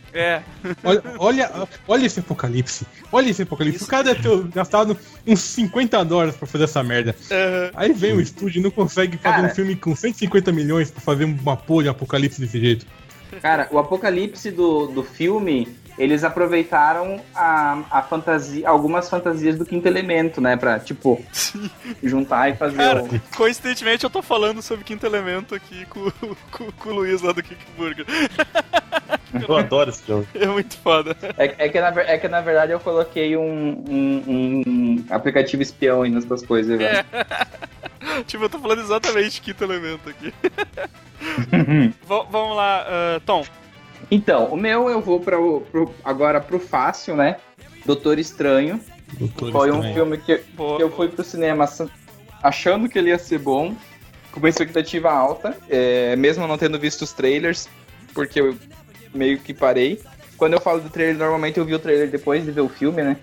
[SPEAKER 5] Olha esse apocalipse. Olha esse apocalipse. O cara deve ter gastado uns $50 pra fazer essa merda. Aí vem o estúdio e não consegue fazer
[SPEAKER 4] Cara.
[SPEAKER 5] um filme com 150 milhões pra fazer uma porra de apocalipse desse jeito.
[SPEAKER 4] Cara, o apocalipse do filme, eles aproveitaram a fantasia, algumas fantasias do Quinto Elemento, né? Pra, tipo, juntar e fazer
[SPEAKER 2] Cara,
[SPEAKER 4] o...
[SPEAKER 2] coincidentemente eu tô falando sobre Quinto Elemento aqui com o Luiz lá do Kickburger.
[SPEAKER 3] Eu adoro esse filme.
[SPEAKER 2] É muito foda.
[SPEAKER 4] É que na verdade eu coloquei um aplicativo espião aí nas tuas coisas, velho.
[SPEAKER 2] Tipo, eu tô falando exatamente de Quinto Elemento aqui. Vamos lá, Tom.
[SPEAKER 4] Então, o meu eu vou agora pro fácil, né? Doutor Estranho. Foi um filme que eu fui pro cinema achando que ele ia ser bom, com uma expectativa alta, mesmo não tendo visto os trailers, porque eu meio que parei. Quando eu falo do trailer, normalmente eu vi o trailer depois de ver o filme, né?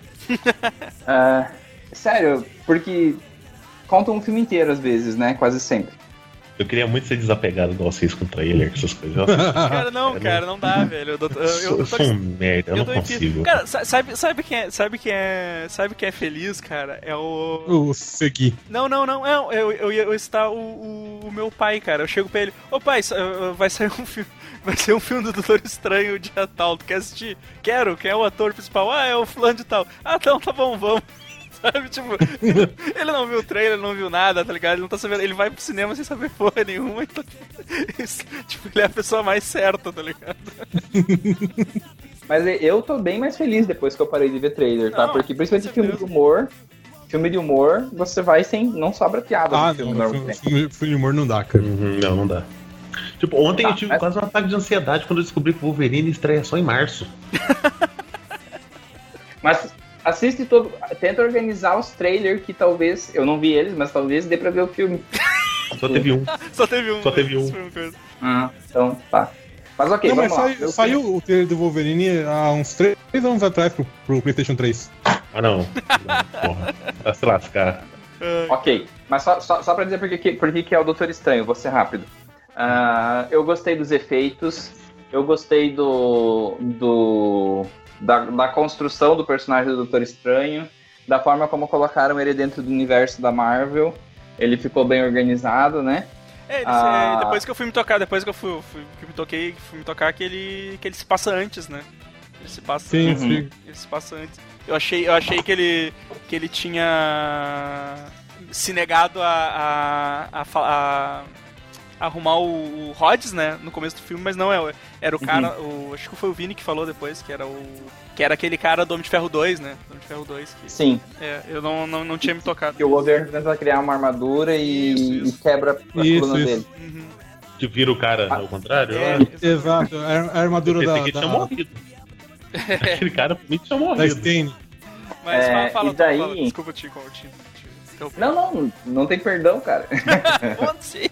[SPEAKER 4] Sério, porque conta um filme inteiro às vezes, né? Quase sempre.
[SPEAKER 3] Eu queria muito ser desapegado igual vocês com trailer, com essas coisas. Eu
[SPEAKER 2] Cara, não dá, velho.
[SPEAKER 3] eu sou um merda, eu não
[SPEAKER 2] tô enfim.
[SPEAKER 3] consigo.
[SPEAKER 2] Cara, sabe quem é feliz, cara? É o...
[SPEAKER 5] O Segui.
[SPEAKER 2] Não. Eu ia citar o meu pai, cara. Eu chego pra ele, ô pai, vai sair um filme. Vai ser um filme do Doutor Estranho dia tal. Tu quer assistir? Quero. Quem é o ator principal? É o fulano de tal. Então tá bom, vamos. Sabe, tipo, ele não viu o trailer, ele não viu nada, tá ligado? Ele não tá sabendo, ele vai pro cinema sem saber porra nenhuma, então, tipo, ele é a pessoa mais certa, tá ligado?
[SPEAKER 4] Mas eu tô bem mais feliz depois que eu parei de ver trailer, tá?
[SPEAKER 2] Não,
[SPEAKER 4] Porque principalmente
[SPEAKER 2] com
[SPEAKER 4] filme de humor, você vai sem... Não sobra piada no filme,
[SPEAKER 5] não.
[SPEAKER 4] normalmente.
[SPEAKER 5] Filme de humor não dá, cara.
[SPEAKER 3] Não dá. Tipo, ontem
[SPEAKER 4] Tá,
[SPEAKER 3] eu tive
[SPEAKER 4] mas-
[SPEAKER 3] quase um ataque de ansiedade quando eu descobri que o Wolverine estreia só em março.
[SPEAKER 4] Mas assiste todo... Tenta organizar os trailers que talvez... Eu não vi eles, mas talvez dê pra ver o filme.
[SPEAKER 3] Só teve um.
[SPEAKER 2] Só teve um.
[SPEAKER 3] Só teve um.
[SPEAKER 2] Isso foi uma coisa.
[SPEAKER 4] Então, tá. Mas ok,
[SPEAKER 5] Não, mas
[SPEAKER 4] vamos lá.
[SPEAKER 5] saiu o trailer do Wolverine há uns 3 anos atrás pro PlayStation 3.
[SPEAKER 3] Ah, não. Porra. Vai se lascar.
[SPEAKER 4] Ok, mas só pra dizer por que é o Doutor Estranho, vou ser rápido. Eu gostei dos efeitos, eu gostei da construção do personagem do Doutor Estranho, da forma como colocaram ele dentro do universo da Marvel. Ele ficou bem organizado, né?
[SPEAKER 2] Depois que eu fui me tocar, depois que eu fui me tocar que ele se passa antes, né? Ele se passa,
[SPEAKER 5] Sim,
[SPEAKER 4] Uhum.
[SPEAKER 5] sim.
[SPEAKER 2] ele se passa antes. Eu achei que ele tinha se negado a arrumar o Rhodes, né, no começo do filme, mas não, era o cara, acho que foi o Vini que falou depois, que era aquele cara do Homem de Ferro 2, né, Homem de Ferro 2, que
[SPEAKER 4] Sim,
[SPEAKER 2] eu não tinha me tocado.
[SPEAKER 4] que o governo tenta criar uma armadura e,
[SPEAKER 2] Isso.
[SPEAKER 4] e quebra a
[SPEAKER 5] Isso,
[SPEAKER 4] coluna
[SPEAKER 5] isso.
[SPEAKER 4] dele.
[SPEAKER 2] Uhum.
[SPEAKER 3] Que vira o cara ao contrário.
[SPEAKER 2] É,
[SPEAKER 3] né?
[SPEAKER 5] Exato, a armadura
[SPEAKER 3] Eu
[SPEAKER 5] da,
[SPEAKER 3] pensei que ele tinha morrido. Aquele cara pra mim tinha
[SPEAKER 5] da
[SPEAKER 3] morrido.
[SPEAKER 5] Stain.
[SPEAKER 2] Mas
[SPEAKER 4] É,
[SPEAKER 2] fala,
[SPEAKER 4] e daí-
[SPEAKER 2] fala, desculpa te interromper.
[SPEAKER 4] Não tem perdão, cara.
[SPEAKER 2] Foda-se.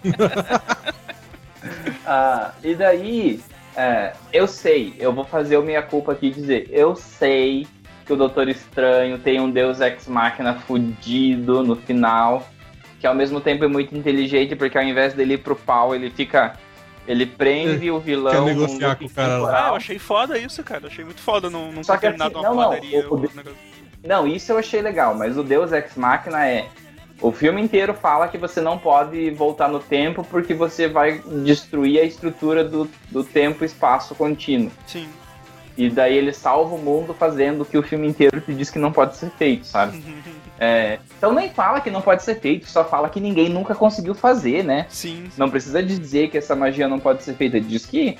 [SPEAKER 4] E daí, eu vou fazer o meia-culpa aqui e dizer, eu sei que o Doutor Estranho tem um Deus Ex Machina fudido no final, que ao mesmo tempo é muito inteligente, porque ao invés dele ir pro pau, ele prende o vilão.
[SPEAKER 5] Quer
[SPEAKER 4] num
[SPEAKER 5] negociar
[SPEAKER 4] loop
[SPEAKER 5] com o cara lá.
[SPEAKER 2] Ah, eu achei foda isso, cara. Eu achei muito foda não
[SPEAKER 4] Só
[SPEAKER 2] ter
[SPEAKER 4] que
[SPEAKER 2] terminado
[SPEAKER 4] assim,
[SPEAKER 2] uma
[SPEAKER 4] não,
[SPEAKER 2] padaria.
[SPEAKER 4] o
[SPEAKER 2] negócio.
[SPEAKER 4] Não, isso eu achei legal, mas o Deus Ex Machina o filme inteiro fala que você não pode voltar no tempo porque você vai destruir a estrutura do tempo e espaço contínuo.
[SPEAKER 2] Sim.
[SPEAKER 4] E daí ele salva o mundo fazendo o que o filme inteiro te diz que não pode ser feito, sabe? Então nem fala que não pode ser feito, só fala que ninguém nunca conseguiu fazer, né?
[SPEAKER 2] Sim.
[SPEAKER 4] Não precisa dizer que essa magia não pode ser feita. Ele diz que,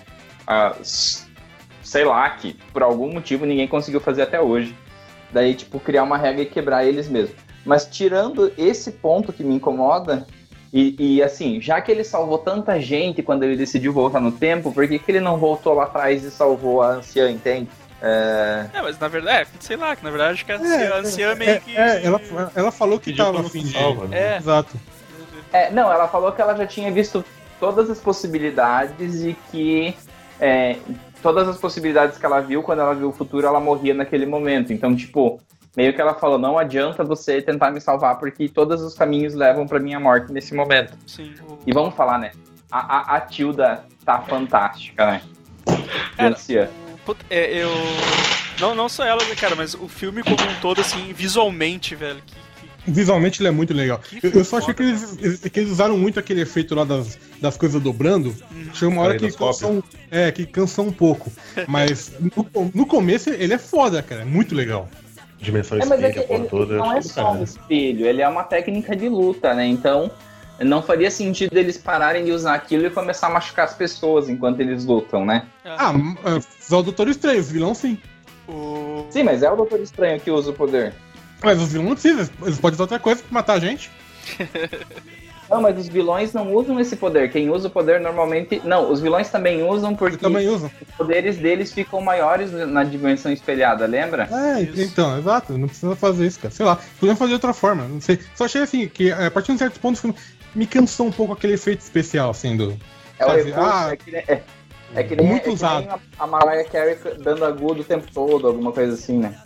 [SPEAKER 4] sei lá, que por algum motivo ninguém conseguiu fazer até hoje. Daí, tipo, criar uma regra e quebrar eles mesmos. Mas tirando esse ponto que me incomoda, e assim, já que ele salvou tanta gente quando ele decidiu voltar no tempo, por que ele não voltou lá atrás e salvou a anciã, entende?
[SPEAKER 2] Mas na verdade, sei lá, que na verdade acho que a anciã meio que...
[SPEAKER 5] Ela falou que
[SPEAKER 3] Pediu
[SPEAKER 5] tava
[SPEAKER 3] pra
[SPEAKER 5] afim
[SPEAKER 3] não
[SPEAKER 5] de.
[SPEAKER 3] salva, né?
[SPEAKER 2] É.
[SPEAKER 5] Exato.
[SPEAKER 4] Não, ela falou que ela já tinha visto todas as possibilidades e que todas as possibilidades que ela viu, quando ela viu o futuro, ela morria naquele momento. Então, tipo, meio que ela falou, não adianta você tentar me salvar, porque todos os caminhos levam pra minha morte nesse momento.
[SPEAKER 2] Sim.
[SPEAKER 4] E vamos falar, né? A Tilda tá fantástica, né?
[SPEAKER 2] Cara,
[SPEAKER 4] Anciã.
[SPEAKER 2] Não só ela, né, cara, mas o filme como um todo, assim, visualmente, velho.
[SPEAKER 5] Visualmente ele é muito legal. Eu só achei que eles usaram muito aquele efeito lá das coisas dobrando. Chega uma hora que cansa um pouco. Mas no começo ele é foda, cara. É muito legal.
[SPEAKER 3] Dimensão
[SPEAKER 4] Mas
[SPEAKER 3] espelho, a
[SPEAKER 4] que
[SPEAKER 3] porra
[SPEAKER 4] ele
[SPEAKER 3] toda.
[SPEAKER 4] não é só um espelho, ele é uma técnica de luta, né? Então, não faria sentido eles pararem de usar aquilo e começar a machucar as pessoas enquanto eles lutam, né?
[SPEAKER 5] Só o Doutor Estranho, os vilões sim.
[SPEAKER 4] Sim, mas é o Doutor Estranho que usa o poder.
[SPEAKER 5] Mas os vilões não precisam, eles podem usar outra coisa pra matar a gente.
[SPEAKER 4] Não, mas os vilões não usam esse poder. Quem usa o poder normalmente... Não, os vilões também usam porque
[SPEAKER 5] Eles também usam.
[SPEAKER 4] os poderes deles ficam maiores na dimensão espelhada, lembra?
[SPEAKER 5] Então, exato, não precisa fazer isso, cara. Sei lá, podemos fazer de outra forma, não sei. Só achei assim, que a partir de um certo ponto me cansou um pouco aquele efeito especial, assim, do...
[SPEAKER 4] É o
[SPEAKER 5] sabe?
[SPEAKER 4] recurso, é que nem,
[SPEAKER 5] muito
[SPEAKER 4] é
[SPEAKER 5] usado.
[SPEAKER 4] que nem a Mariah Carey dando agudo o tempo todo, alguma coisa assim, né?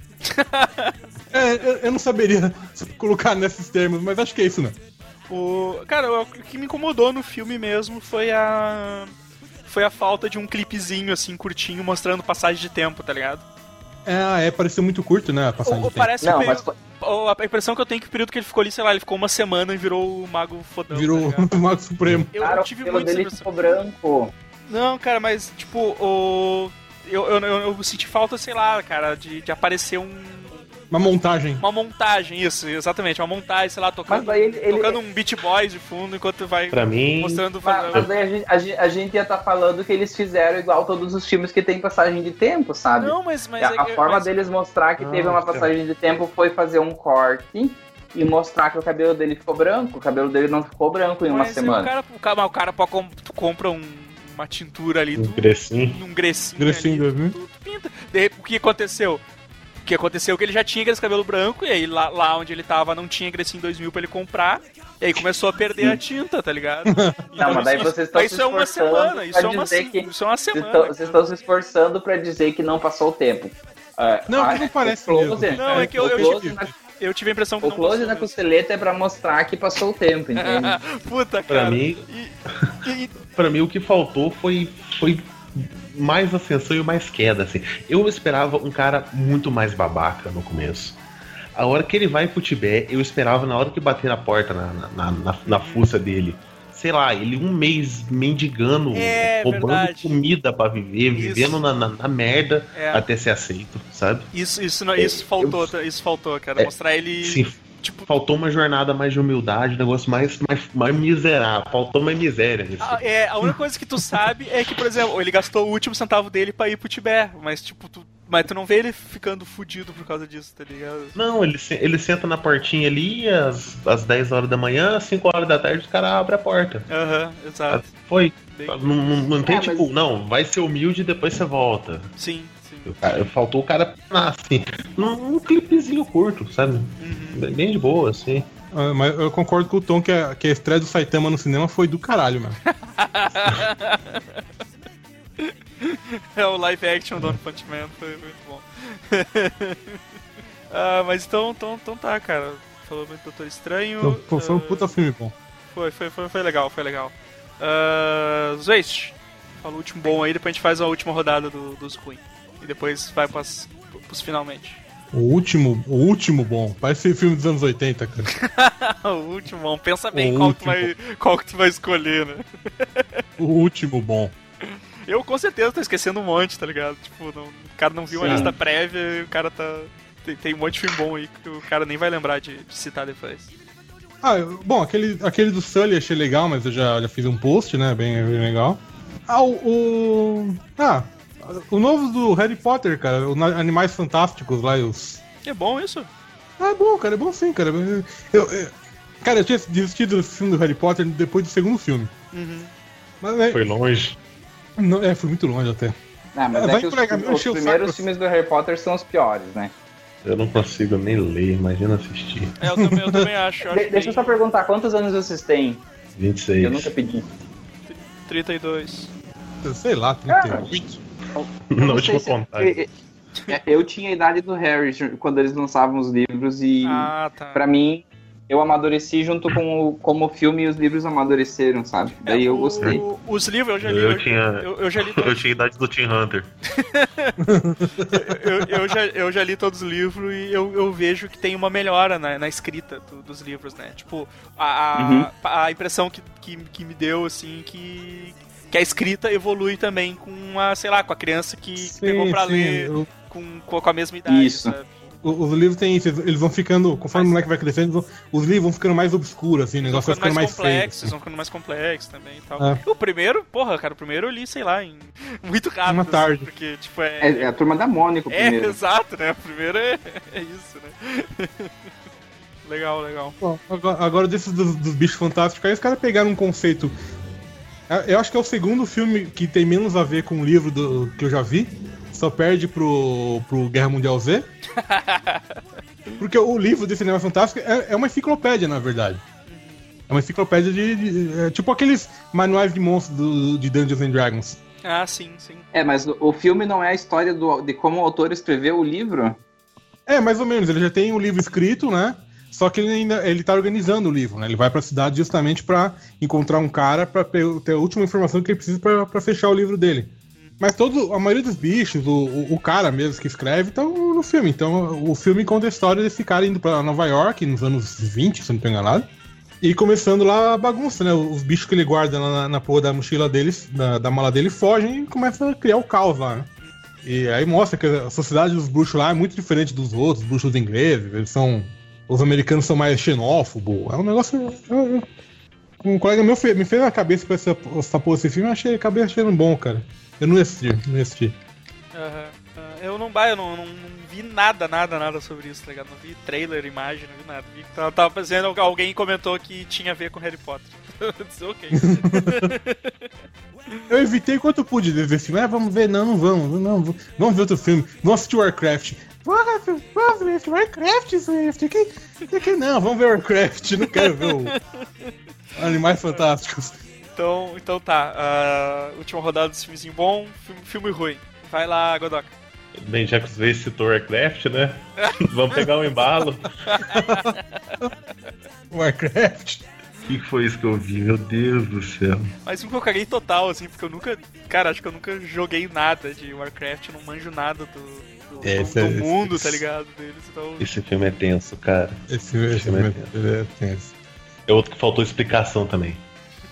[SPEAKER 5] Eu não saberia colocar nesses termos, mas acho que é isso, né?
[SPEAKER 2] Cara, o que me incomodou no filme mesmo foi a falta de um clipezinho, assim, curtinho, mostrando passagem de tempo, tá ligado?
[SPEAKER 5] Pareceu muito curto, né, a passagem de tempo.
[SPEAKER 2] Parece
[SPEAKER 4] Não,
[SPEAKER 2] que
[SPEAKER 4] mas
[SPEAKER 2] a impressão que eu tenho é que o período que ele ficou ali, sei lá, ele ficou uma semana e virou o Mago Fodão.
[SPEAKER 5] Virou
[SPEAKER 2] tá ligado?
[SPEAKER 5] o Mago Supremo.
[SPEAKER 2] Eu
[SPEAKER 4] cara,
[SPEAKER 2] tive
[SPEAKER 4] o pelo
[SPEAKER 2] muito
[SPEAKER 4] dele
[SPEAKER 2] essa
[SPEAKER 4] ficou
[SPEAKER 2] impressão.
[SPEAKER 4] branco.
[SPEAKER 2] Não, cara, mas, tipo, eu senti falta, sei lá, cara, de aparecer
[SPEAKER 5] Uma montagem.
[SPEAKER 2] uma montagem, isso, exatamente, uma montagem, sei lá, tocando,
[SPEAKER 4] Mas daí ele-
[SPEAKER 2] tocando um Beat Boys de fundo enquanto vai
[SPEAKER 3] Pra mim,
[SPEAKER 2] mostrando...
[SPEAKER 4] Mas daí a gente ia estar falando que eles fizeram igual todos os filmes que tem passagem de tempo, sabe?
[SPEAKER 2] Não, mas
[SPEAKER 4] a forma deles mostrar que teve uma passagem de tempo foi fazer um corte e mostrar que o cabelo dele ficou branco. O cabelo dele não ficou branco em uma semana.
[SPEAKER 2] O cara tu compra uma tintura ali,
[SPEAKER 3] um grecinho.
[SPEAKER 2] um grecinho
[SPEAKER 5] Grecinho,
[SPEAKER 2] ali,
[SPEAKER 5] né?
[SPEAKER 2] tu pinta. Daí, o que aconteceu? O que aconteceu é que ele já tinha aqueles cabelo branco, e aí lá onde ele tava não tinha Grecinho 2000 pra ele comprar, e aí começou a perder a tinta, tá ligado?
[SPEAKER 4] Não, mas daí vocês estão se
[SPEAKER 2] isso é uma
[SPEAKER 4] esforçando
[SPEAKER 2] semana,
[SPEAKER 4] pra
[SPEAKER 2] isso é uma
[SPEAKER 4] dizer que-
[SPEAKER 2] semana.
[SPEAKER 4] Vocês estão se esforçando pra dizer que não passou o tempo.
[SPEAKER 5] Não, que não parece
[SPEAKER 4] o close,
[SPEAKER 5] mesmo.
[SPEAKER 2] Não, é que eu Eu tive a impressão que
[SPEAKER 4] o
[SPEAKER 2] não
[SPEAKER 4] close
[SPEAKER 2] passou
[SPEAKER 4] na
[SPEAKER 2] mesmo.
[SPEAKER 4] costeleta é pra mostrar que passou o tempo, entende?
[SPEAKER 2] Puta, cara.
[SPEAKER 3] Pra mim, pra mim o que faltou foi mais ascensão e mais queda, assim. Eu esperava um cara muito mais babaca no começo. A hora que ele vai pro Tibete, eu esperava na hora que bater na porta, na fuça dele, sei lá, ele um mês mendigando, roubando
[SPEAKER 2] verdade.
[SPEAKER 3] comida pra viver,
[SPEAKER 2] Isso.
[SPEAKER 3] vivendo na merda
[SPEAKER 2] É.
[SPEAKER 3] até ser aceito, sabe?
[SPEAKER 2] Isso faltou, cara. Mostrar ele.
[SPEAKER 3] Sim,
[SPEAKER 2] Tipo,
[SPEAKER 3] faltou uma jornada mais de humildade, um negócio mais miserável, faltou mais miséria nisso.
[SPEAKER 2] a única coisa que tu sabe é que, por exemplo, ele gastou o último centavo dele pra ir pro Tibete, mas tipo, tu não vê ele ficando fudido por causa disso, tá ligado?
[SPEAKER 3] Não, ele senta na portinha ali às 10 horas da manhã, às 5 horas da tarde os caras abrem a porta.
[SPEAKER 2] Aham, exato.
[SPEAKER 3] Foi.
[SPEAKER 2] Bem-
[SPEAKER 3] Não tem
[SPEAKER 4] mas-
[SPEAKER 3] tipo, não, vai ser humilde e depois você volta.
[SPEAKER 2] Sim.
[SPEAKER 3] Faltou o cara assim, num clipezinho curto, sabe? Bem de boa, assim.
[SPEAKER 5] Mas eu concordo com o Tom que a estreia do Saitama no cinema foi do caralho, mano.
[SPEAKER 2] É o live action do One Punch Man, foi muito bom. Mas então tá, cara. Falou muito do Doutor Estranho.
[SPEAKER 5] Então, pô, foi um puta filme bom.
[SPEAKER 2] Foi legal. Zweist, fala o último bom aí, depois a gente faz a última rodada dos ruins. E depois vai pros finalmente.
[SPEAKER 5] O último bom. Parece filme dos anos 80, cara.
[SPEAKER 2] O último bom. Pensa bem
[SPEAKER 5] O
[SPEAKER 2] qual que tu vai escolher, né?
[SPEAKER 5] O último bom.
[SPEAKER 2] Eu com certeza tô esquecendo um monte, tá ligado? Tipo, o cara não viu uma
[SPEAKER 4] Sim.
[SPEAKER 2] lista prévia e o cara tá... Tem um monte de filme bom aí que o cara nem vai lembrar de citar depois.
[SPEAKER 5] Bom, aquele do Sully achei legal, mas eu já fiz um post, né? Bem legal. O novo do Harry Potter, cara, os Animais Fantásticos lá, os...
[SPEAKER 2] É bom isso?
[SPEAKER 5] É bom, cara, é bom sim, cara. Cara, eu tinha desistido do filme do Harry Potter depois do segundo filme. Mas,
[SPEAKER 3] Foi longe.
[SPEAKER 5] foi muito longe até.
[SPEAKER 4] Não, mas
[SPEAKER 5] Vai
[SPEAKER 4] que
[SPEAKER 5] entregar, me
[SPEAKER 4] os
[SPEAKER 5] encheu o
[SPEAKER 4] primeiros
[SPEAKER 5] saco.
[SPEAKER 4] filmes do Harry Potter são os piores, né?
[SPEAKER 3] Eu não consigo nem ler, imagina assistir.
[SPEAKER 2] Eu também acho.
[SPEAKER 4] Deixa eu só perguntar, quantos anos vocês têm?
[SPEAKER 3] 26.
[SPEAKER 4] Eu nunca pedi.
[SPEAKER 2] 32.
[SPEAKER 5] Sei lá, 38.
[SPEAKER 3] Na
[SPEAKER 4] Eu
[SPEAKER 3] última
[SPEAKER 4] sei se-
[SPEAKER 3] contagem.
[SPEAKER 4] Eu tinha a idade do Harry quando eles lançavam os livros e
[SPEAKER 2] Ah, tá.
[SPEAKER 4] pra mim eu amadureci junto com como o filme e os livros amadureceram, sabe? Daí eu gostei.
[SPEAKER 2] Os livros eu já li. Eu já li
[SPEAKER 3] Eu
[SPEAKER 2] todos.
[SPEAKER 3] tinha a idade do Tim Hunter.
[SPEAKER 2] eu já li todos os livros e eu vejo que tem uma melhora na escrita dos livros, né? Tipo, a impressão que me deu, assim, que a escrita evolui também com a criança que pegou pra ler com a mesma idade,
[SPEAKER 4] Isso.
[SPEAKER 2] sabe?
[SPEAKER 5] Os livros têm isso, eles vão ficando, conforme o moleque vai crescendo, os livros vão ficando mais obscuros, assim, o negócio vai ficando mais feio.
[SPEAKER 2] complexos, vão ficando mais complexos também e tal. O primeiro, eu li, sei lá, muito rápido.
[SPEAKER 5] Uma tarde.
[SPEAKER 2] Assim, porque, tipo,
[SPEAKER 4] É a turma da Mônica o primeiro.
[SPEAKER 2] exato, né? O primeiro é isso, né? Legal.
[SPEAKER 5] Bom, agora desses dos bichos fantásticos, aí os caras pegaram um conceito. Eu acho que é o segundo filme que tem menos a ver com o livro que eu já vi. Só perde pro Guerra Mundial Z. Porque o livro desse Cinema Fantástico é uma enciclopédia, na verdade. É uma enciclopédia tipo aqueles manuais de monstros de Dungeons and Dragons.
[SPEAKER 2] Ah, sim.
[SPEAKER 4] Mas o filme não é a história de como o autor escreveu o livro?
[SPEAKER 5] É, mais ou menos. Ele já tem o livro escrito, né? Só que ele tá organizando o livro, né? Ele vai pra cidade justamente pra encontrar um cara pra ter a última informação que ele precisa pra fechar o livro dele. Mas a maioria dos bichos, o cara mesmo que escreve, estão no filme. Então o filme conta a história desse cara indo pra Nova York nos anos 20, se eu não tô enganado. E começando lá a bagunça, né? Os bichos que ele guarda na porra da mochila deles, da mala dele, fogem e começa a criar o caos lá, né? E aí mostra que a sociedade dos bruxos lá é muito diferente dos outros, bruxos ingleses. Os americanos são mais xenófobos. É um negócio... Um colega meu me fez a cabeça pra essa porra desse filme, eu acabei achando bom, cara. Eu não ia assistir.
[SPEAKER 2] Eu não vi nada sobre isso, tá ligado? Não vi trailer, imagem, não vi nada. Vi que tava fazendo, alguém comentou que tinha a ver com Harry Potter. Eu disse, ok.
[SPEAKER 5] Eu evitei quanto eu pude ver esse filme. Vamos ver, não vamos. Vamos ver outro filme. Vamos assistir Warcraft. Vamos ver Warcraft, Swift. Que não, vamos ver Warcraft. Não quero ver o Animais Fantásticos.
[SPEAKER 2] Então tá. Última rodada dos filmezinho bom, filme ruim. Vai lá, Godoka.
[SPEAKER 3] Bem, já que você citou Warcraft, né? Vamos pegar um embalo.
[SPEAKER 5] Warcraft?
[SPEAKER 3] O que foi isso que eu vi? Meu Deus do céu.
[SPEAKER 2] Mas um que eu caguei total, assim, porque eu nunca... Cara, acho que eu nunca joguei nada de Warcraft, não manjo nada do mundo, tá ligado? Deles, então...
[SPEAKER 3] Esse filme é tenso, cara.
[SPEAKER 5] Esse filme é tenso.
[SPEAKER 3] É outro que faltou explicação também.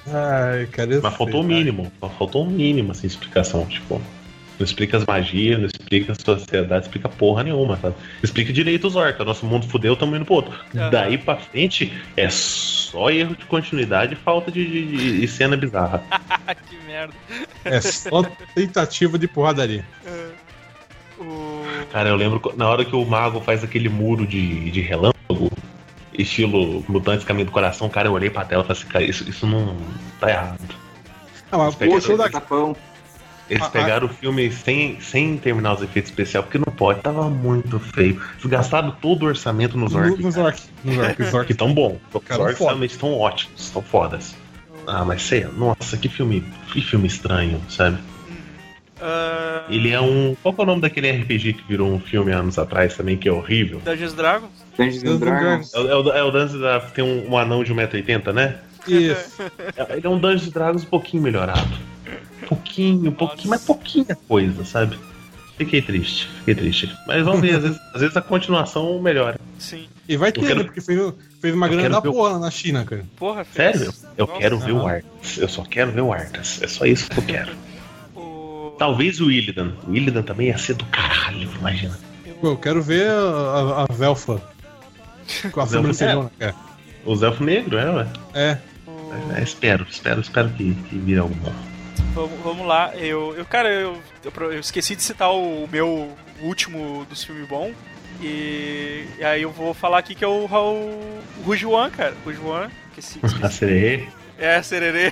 [SPEAKER 5] Ai, cara, eu
[SPEAKER 3] Mas
[SPEAKER 5] sei,
[SPEAKER 3] faltou o
[SPEAKER 5] cara.
[SPEAKER 3] mínimo. Faltou um mínimo, assim, de explicação. Tipo, não explica as magias, não explica a sociedade, não explica porra nenhuma, sabe? Explica direito os orcs. Nosso mundo fudeu, tamo indo pro outro.
[SPEAKER 2] Aham.
[SPEAKER 3] Daí pra frente é só erro de continuidade e falta de cena bizarra.
[SPEAKER 2] Que merda.
[SPEAKER 5] É só tentativa de porradaria.
[SPEAKER 3] Cara, eu lembro na hora que o mago faz aquele muro de relâmpago, estilo Mutantes Caminho do Coração, cara, eu olhei pra tela e falei assim, cara, isso não tá errado.
[SPEAKER 5] Ah, mas
[SPEAKER 3] Pega
[SPEAKER 5] o show da...
[SPEAKER 4] Tapão.
[SPEAKER 3] Eles pegaram o filme sem terminar os efeitos especiais, porque não pode, tava muito feio. Eles gastaram todo o orçamento nos orcs.
[SPEAKER 5] Nos orcs. Os
[SPEAKER 3] Que
[SPEAKER 5] orcs.
[SPEAKER 3] tão bom. Os
[SPEAKER 5] Cara,
[SPEAKER 3] orcs
[SPEAKER 5] foda.
[SPEAKER 3] realmente estão ótimos, estão fodas. Ah, mas sei, nossa, que filme estranho, sabe? Ele é um. Qual que é o nome daquele RPG que virou um filme anos atrás também, que é horrível?
[SPEAKER 2] Dungeons Dragons?
[SPEAKER 4] Dungeons and Dragons.
[SPEAKER 3] É o Dungeons Dragons, tem um anão de 1,80m, né?
[SPEAKER 5] Isso.
[SPEAKER 3] Ele é um Dungeons Dragons um pouquinho melhorado. Pouquinho, mas pouquinha coisa, sabe? Fiquei triste. Mas vamos ver, às vezes a continuação melhora.
[SPEAKER 2] Sim.
[SPEAKER 5] E vai
[SPEAKER 3] Eu
[SPEAKER 5] ter,
[SPEAKER 3] quero-
[SPEAKER 5] né? Porque fez uma
[SPEAKER 3] eu
[SPEAKER 5] grana
[SPEAKER 3] quero
[SPEAKER 5] da
[SPEAKER 3] ver o-
[SPEAKER 5] porra na China, cara.
[SPEAKER 2] Porra, fez.
[SPEAKER 3] Sério? Eu
[SPEAKER 2] Nossa.
[SPEAKER 3] quero ver o Arthas. Eu só quero ver o Arthas. É só isso que eu quero.
[SPEAKER 2] O-
[SPEAKER 3] Talvez o Illidan. O Illidan também ia ser do caralho, imagina.
[SPEAKER 5] Pô, eu quero ver a Velfa. Com a
[SPEAKER 3] Velfa-
[SPEAKER 5] sobrancelhona, cara.
[SPEAKER 3] Os elfos negros, ué.
[SPEAKER 5] É.
[SPEAKER 3] Espero que vire algum.
[SPEAKER 2] Vamos lá. Cara, eu esqueci de citar o meu último dos filmes bom. E aí eu vou falar aqui que é o Rujuan, cara. Rujuan.
[SPEAKER 3] A Sererê.
[SPEAKER 2] É, Sererê.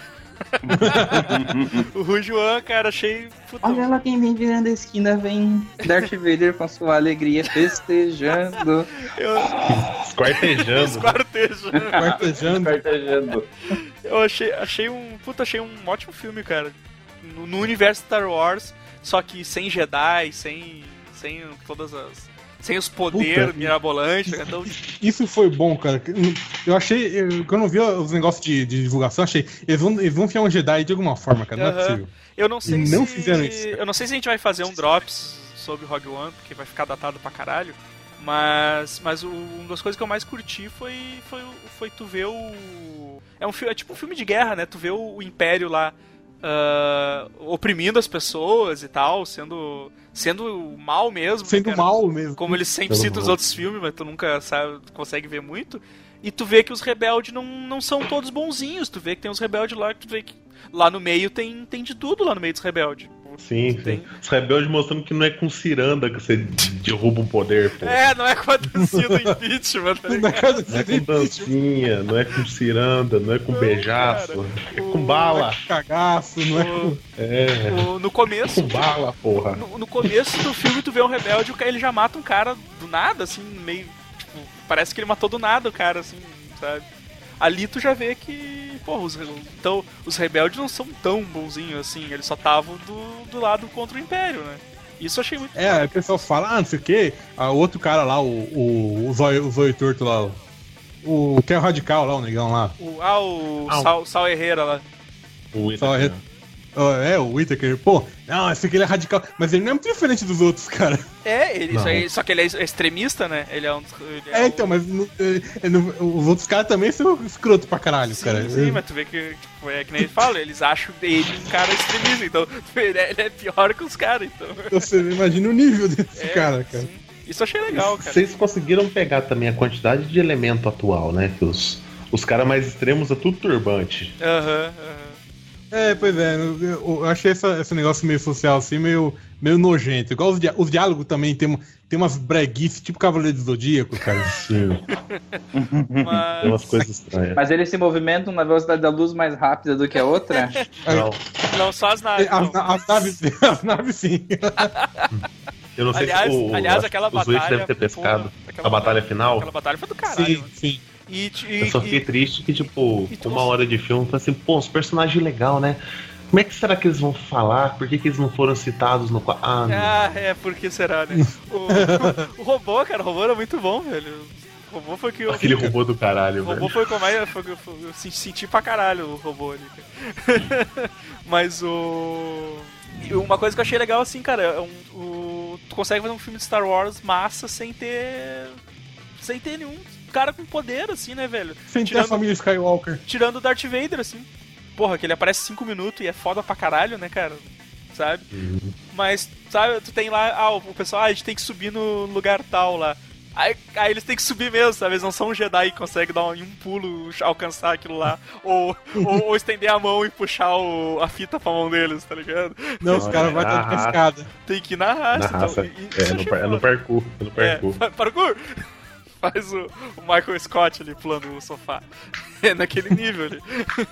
[SPEAKER 2] O Rujuan, cara, achei. Puta,
[SPEAKER 4] Olha lá quem vem virando a esquina, vem Darth Vader com sua alegria festejando.
[SPEAKER 2] eu
[SPEAKER 3] Esquartejando.
[SPEAKER 2] esquartejando.
[SPEAKER 5] Quartejando.
[SPEAKER 4] Festejando.
[SPEAKER 2] Eu achei um ótimo filme, cara. No universo Star Wars, só que sem Jedi, sem todas as. Sem os poderes
[SPEAKER 5] Puta.
[SPEAKER 2] mirabolantes. Então,
[SPEAKER 5] Isso foi bom, cara. Eu achei. Quando eu vi os negócios de divulgação, achei. Eles vão enfiar um Jedi de alguma forma, cara. Não é
[SPEAKER 2] Aham.
[SPEAKER 5] possível.
[SPEAKER 2] eu não sei
[SPEAKER 5] E não
[SPEAKER 2] se.
[SPEAKER 5] fizeram isso, cara.
[SPEAKER 2] Eu não sei se a gente vai fazer um Drops sobre Rogue One, porque vai ficar datado pra caralho. Mas uma das coisas que eu mais curti foi tu ver o. É tipo um filme de guerra, né? Tu vê o Império lá oprimindo as pessoas e tal, sendo mal mesmo.
[SPEAKER 5] Sendo
[SPEAKER 2] cara.
[SPEAKER 5] mal mesmo.
[SPEAKER 2] Como eles sempre
[SPEAKER 3] Sendo
[SPEAKER 2] citam os
[SPEAKER 3] mal.
[SPEAKER 2] outros filmes, mas tu nunca consegue ver muito. E tu vê que os rebeldes não são todos bonzinhos. Tu vê que tem uns rebeldes lá, que tu vê que lá no meio tem de tudo lá no meio dos rebeldes.
[SPEAKER 3] Sim.
[SPEAKER 2] Tem.
[SPEAKER 3] Os rebeldes mostrando que não é com ciranda que você derruba um poder, pô.
[SPEAKER 2] Não é com a dancinha do impeachment, tá
[SPEAKER 5] Na
[SPEAKER 2] ligado?
[SPEAKER 5] casa
[SPEAKER 3] Não é com dancinha, não é com ciranda, não é com
[SPEAKER 2] Não,
[SPEAKER 3] beijaço.
[SPEAKER 2] cara.
[SPEAKER 3] É com bala.
[SPEAKER 5] Cagaço, não é?
[SPEAKER 3] É,
[SPEAKER 2] No começo.
[SPEAKER 3] com bala, porra.
[SPEAKER 2] No começo do filme, tu vê um rebelde, ele já mata um cara do nada, assim, meio. Tipo, parece que ele matou do nada o cara, assim, sabe? Ali tu já vê que, porra, então, os rebeldes não são tão bonzinhos assim, eles só estavam do lado contra o Império, né? Isso eu achei muito.
[SPEAKER 5] O pessoal fala, não sei o quê. O outro cara lá, o zóio torto lá, o que é o radical lá, o negão lá.
[SPEAKER 2] O Sal Herrera lá.
[SPEAKER 3] O
[SPEAKER 5] Só o Whittaker. Pô, não, esse aqui ele é radical. Mas ele não é muito diferente dos outros, cara.
[SPEAKER 2] Só que ele é extremista, né? Ele é um.
[SPEAKER 5] Então, mas os outros caras também são escroto pra caralho,
[SPEAKER 2] Sim,
[SPEAKER 5] cara.
[SPEAKER 2] sim, mas tu vê que, tipo, é que nem ele fala, eles acham ele um cara extremista, então ele é pior que os caras, então.
[SPEAKER 5] Você imagina o nível desse cara, cara.
[SPEAKER 2] Sim. Isso eu achei legal, cara.
[SPEAKER 3] Vocês conseguiram pegar também a quantidade de elemento atual, né? Que os caras mais extremos é tudo turbante.
[SPEAKER 2] Aham.
[SPEAKER 5] Pois é, eu achei esse negócio meio social assim, meio nojento. Igual os diálogos também tem umas breguices, tipo Cavaleiro do Zodíaco, cara.
[SPEAKER 3] Sim,
[SPEAKER 2] Mas...
[SPEAKER 3] tem umas coisas estranhas.
[SPEAKER 4] Mas eles se movimentam na velocidade da luz mais rápida do que a outra?
[SPEAKER 3] Não,
[SPEAKER 2] Não, só as naves. não.
[SPEAKER 5] As naves sim.
[SPEAKER 3] eu não sei
[SPEAKER 2] Aliás,
[SPEAKER 3] se
[SPEAKER 2] aliás,
[SPEAKER 3] acho que
[SPEAKER 2] aquela
[SPEAKER 3] o Switch
[SPEAKER 2] batalha.
[SPEAKER 3] deve ter pescado.
[SPEAKER 2] porra, aquela
[SPEAKER 3] A batalha final.
[SPEAKER 2] Aquela batalha foi do caralho.
[SPEAKER 5] Sim,
[SPEAKER 2] mano.
[SPEAKER 5] sim.
[SPEAKER 3] Eu só fiquei triste que, tipo,
[SPEAKER 2] E tu-
[SPEAKER 3] uma hora de filme, eu falei assim, pô, os personagens legais, né? Como é que será que eles vão falar? Por que eles não foram citados no quadro?
[SPEAKER 2] Por que será, né? O robô, cara, o robô era muito bom, velho. O robô foi que eu.
[SPEAKER 3] Aquele robô do caralho,
[SPEAKER 2] O robô
[SPEAKER 3] velho.
[SPEAKER 2] foi o que eu mais. Eu senti pra caralho o robô ali. Cara. Mas e uma coisa que eu achei legal, assim, cara, tu consegue fazer um filme de Star Wars massa sem ter nenhum cara com poder, assim, né, velho?
[SPEAKER 5] Sem ter a família Skywalker.
[SPEAKER 2] Tirando o Darth Vader, assim. porra, que ele aparece 5 minutos e é foda pra caralho, né, cara? Sabe? Mas, sabe, tu tem lá, o pessoal, a gente tem que subir no lugar tal lá. Aí eles têm que subir mesmo, sabe? Eles não são um Jedi que conseguem dar um pulo, alcançar aquilo lá. ou estender a mão e puxar a fita pra mão deles, tá ligado?
[SPEAKER 5] Não, os caras vão estar de escada.
[SPEAKER 2] Tem que ir na raça.
[SPEAKER 3] Na raça. É no parkour.
[SPEAKER 2] Parkour! Faz o Michael Scott ali pulando o sofá. É naquele nível ali.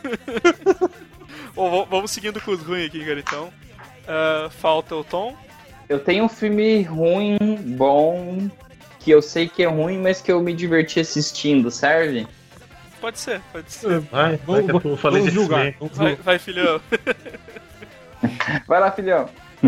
[SPEAKER 2] Bom, vamos seguindo com os ruins aqui, cara, então. Falta o Tom.
[SPEAKER 4] Eu tenho um filme ruim, bom, que eu sei que é ruim, mas que eu me diverti assistindo, serve?
[SPEAKER 2] Pode ser.
[SPEAKER 3] Falei desse
[SPEAKER 5] julgar.
[SPEAKER 2] Vai, filhão.
[SPEAKER 4] Vai lá, filhão.